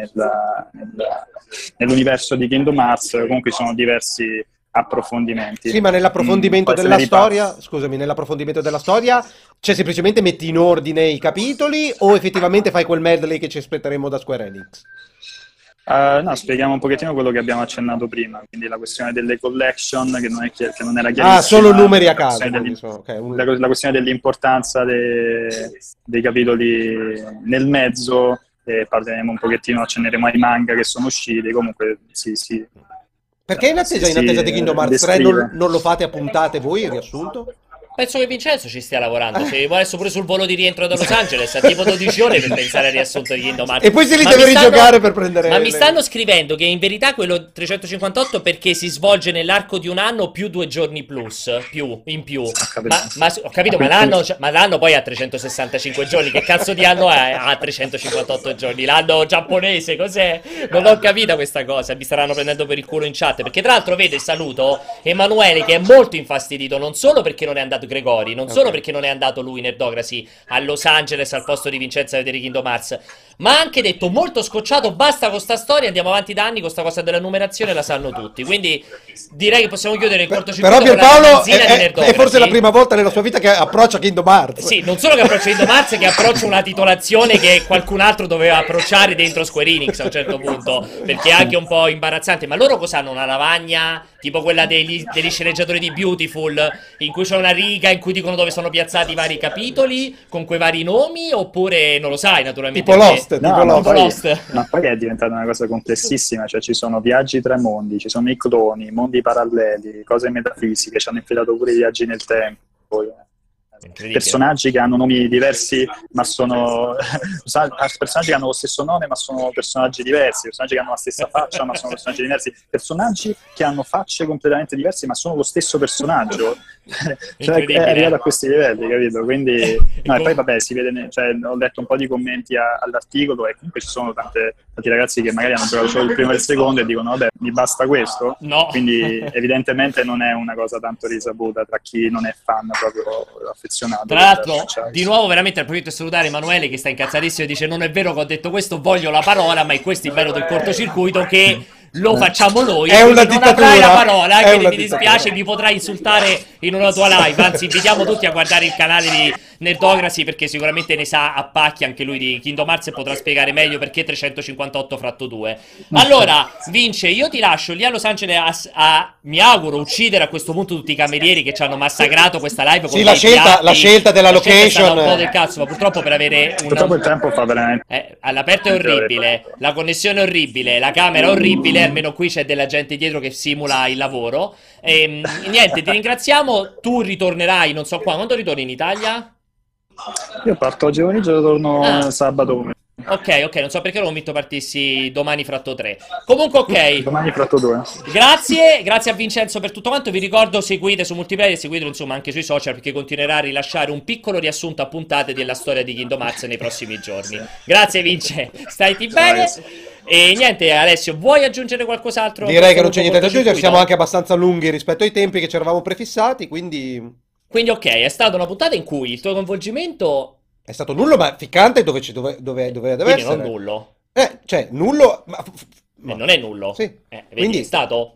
nell'universo di Kingdom Hearts. Comunque ci sono diversi approfondimenti. Sì, ma nell'approfondimento della storia, scusami, nell'approfondimento della storia, cioè semplicemente metti in ordine i capitoli o effettivamente fai quel medley che ci aspetteremo da Square Enix? No, spieghiamo un pochettino quello che abbiamo accennato prima, quindi la questione delle collection, che non era chiarissima. Ah, solo numeri a caso. La questione dell'importanza dei capitoli nel mezzo, e parleremo un pochettino, accenneremo ai manga che sono usciti, comunque sì. Perché in attesa di Kingdom Hearts 3 non lo fate a puntate voi, il riassunto? Penso che Vincenzo ci stia lavorando. Se adesso pure sul volo di rientro da Los Angeles, ha tipo 12 ore per pensare al riassunto di Kingdom Hearts. E poi se li deve rigiocare per prendere. Ma mi stanno scrivendo che in verità quello 358 perché si svolge nell'arco di un anno più 2 giorni in più. Ho capito, ma l'anno poi ha 365 giorni. Che cazzo di anno è? Ha 358 giorni. L'anno giapponese, cos'è? Non ho capito questa cosa. Mi staranno prendendo per il culo in chat. Perché tra l'altro, vede, saluto Emanuele che è molto infastidito. Non solo perché non è andato Gregori, non solo perché non è andato lui, Nerdocracy, a Los Angeles al posto di Vincenzo a vedere Kingdom Hearts, ma ha anche detto molto scocciato, basta con sta storia, andiamo avanti da anni con sta cosa della numerazione, la sanno tutti. Quindi direi che possiamo chiudere il cortocircuito. Però Pierpaolo è forse la prima volta nella sua vita che approccia Kingdom Hearts. Sì, non solo che approccia Kingdom Hearts, che approccia una titolazione che qualcun altro doveva approcciare dentro Square Enix a un certo punto, perché è anche un po' imbarazzante. Ma loro cos'hanno? Una lavagna tipo quella degli sceneggiatori di Beautiful, in cui c'è una riga in cui dicono dove sono piazzati i vari capitoli con quei vari nomi, oppure non lo sai naturalmente, tipo Lost, ma poi è diventata una cosa complessissima, cioè ci sono viaggi tra mondi, ci sono i cloni, mondi paralleli, cose metafisiche, ci hanno infilato pure i viaggi nel tempo, personaggi che hanno nomi diversi ma sono personaggi che hanno lo stesso nome ma sono personaggi diversi, personaggi che hanno la stessa faccia ma sono personaggi diversi, personaggi che hanno facce completamente diverse ma sono lo stesso personaggio. Cioè, è arrivato a questi livelli, capito? Quindi no, e poi vabbè, si vede, cioè, ho letto un po' di commenti all'articolo e comunque ci sono tanti ragazzi che magari hanno giocato solo il primo e il secondo e dicono vabbè, mi basta questo. No. Quindi evidentemente non è una cosa tanto risaputa tra chi non è fan proprio affezionato. Tra l'altro, di nuovo veramente approfitto di salutare Emanuele che sta incazzatissimo e dice non è vero che ho detto questo, voglio la parola, ma è questo il bello del cortocircuito, che lo facciamo noi. È una non avrai la parola, è quindi mi dispiace, mi potrai insultare in una tua live. Anzi, invitiamo tutti a guardare il canale di Nerdocracy perché sicuramente ne sa a pacchi anche lui di Kingdom Hearts e potrà spiegare meglio perché 358 fratto 2. Allora, Vince, io ti lascio lì a Los Angeles mi auguro, uccidere a questo punto tutti i camerieri che ci hanno massacrato questa live. Sì, la scelta della location è un po' del cazzo, ma purtroppo per avere purtroppo il tempo fa veramente all'aperto è orribile, la connessione è orribile, la camera è orribile, almeno qui c'è della gente dietro che simula il lavoro. E niente, ti ringraziamo. Tu ritornerai, non so quando ritorni in Italia? Io parto oggi pomeriggio, torno sabato. Ok, non so perché l'ho convinto partissi domani fratto 3. Comunque ok. Domani fratto 2. Grazie a Vincenzo per tutto quanto. Vi ricordo, seguite su Multiplayer, seguitelo insomma anche sui social perché continuerà a rilasciare un piccolo riassunto a puntate della storia di Kingdom Hearts nei prossimi giorni. Grazie Vince, stati bene. E niente, Alessio, vuoi aggiungere qualcos'altro? Direi che non c'è niente da aggiungere, siamo anche abbastanza lunghi rispetto ai tempi che ci eravamo prefissati, quindi ok, è stata una puntata in cui il tuo coinvolgimento è stato nullo ma ficcante dove deve essere. Non nullo. Cioè, nullo, ma non è nullo. Sì. Quindi è stato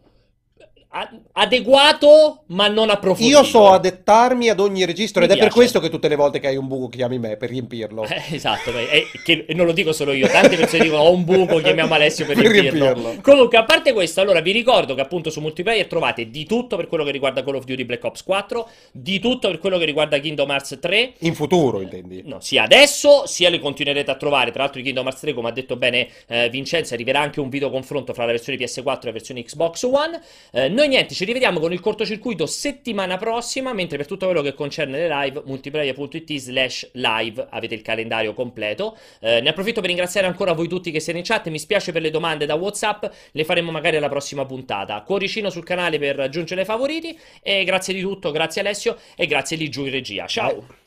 adeguato ma non approfondito. Io so adattarmi ad ogni registro ed è per piace. questo che tutte le volte che hai un buco chiami me per riempirlo. Esatto, e non lo dico solo io, tante persone dicono ho un buco, chiamiamo Alessio per riempirlo. Comunque, a parte questo, allora vi ricordo che appunto su Multiplayer trovate di tutto per quello che riguarda Call of Duty Black Ops 4, di tutto per quello che riguarda Kingdom Hearts 3. In futuro, intendi? No, sia adesso, sia le continuerete a trovare. Tra l'altro di Kingdom Hearts 3, come ha detto bene Vincenzo, arriverà anche un video confronto fra la versione PS4 e la versione Xbox One. Noi niente, ci rivediamo con il cortocircuito settimana prossima, mentre per tutto quello che concerne le live, multiplayer.it/live avete il calendario completo. Ne approfitto per ringraziare ancora voi tutti che siete in chat, mi spiace per le domande da WhatsApp, le faremo magari alla prossima puntata. Cuoricino sul canale per aggiungere ai favoriti, e grazie di tutto, grazie Alessio e grazie lì giù in regia. Ciao!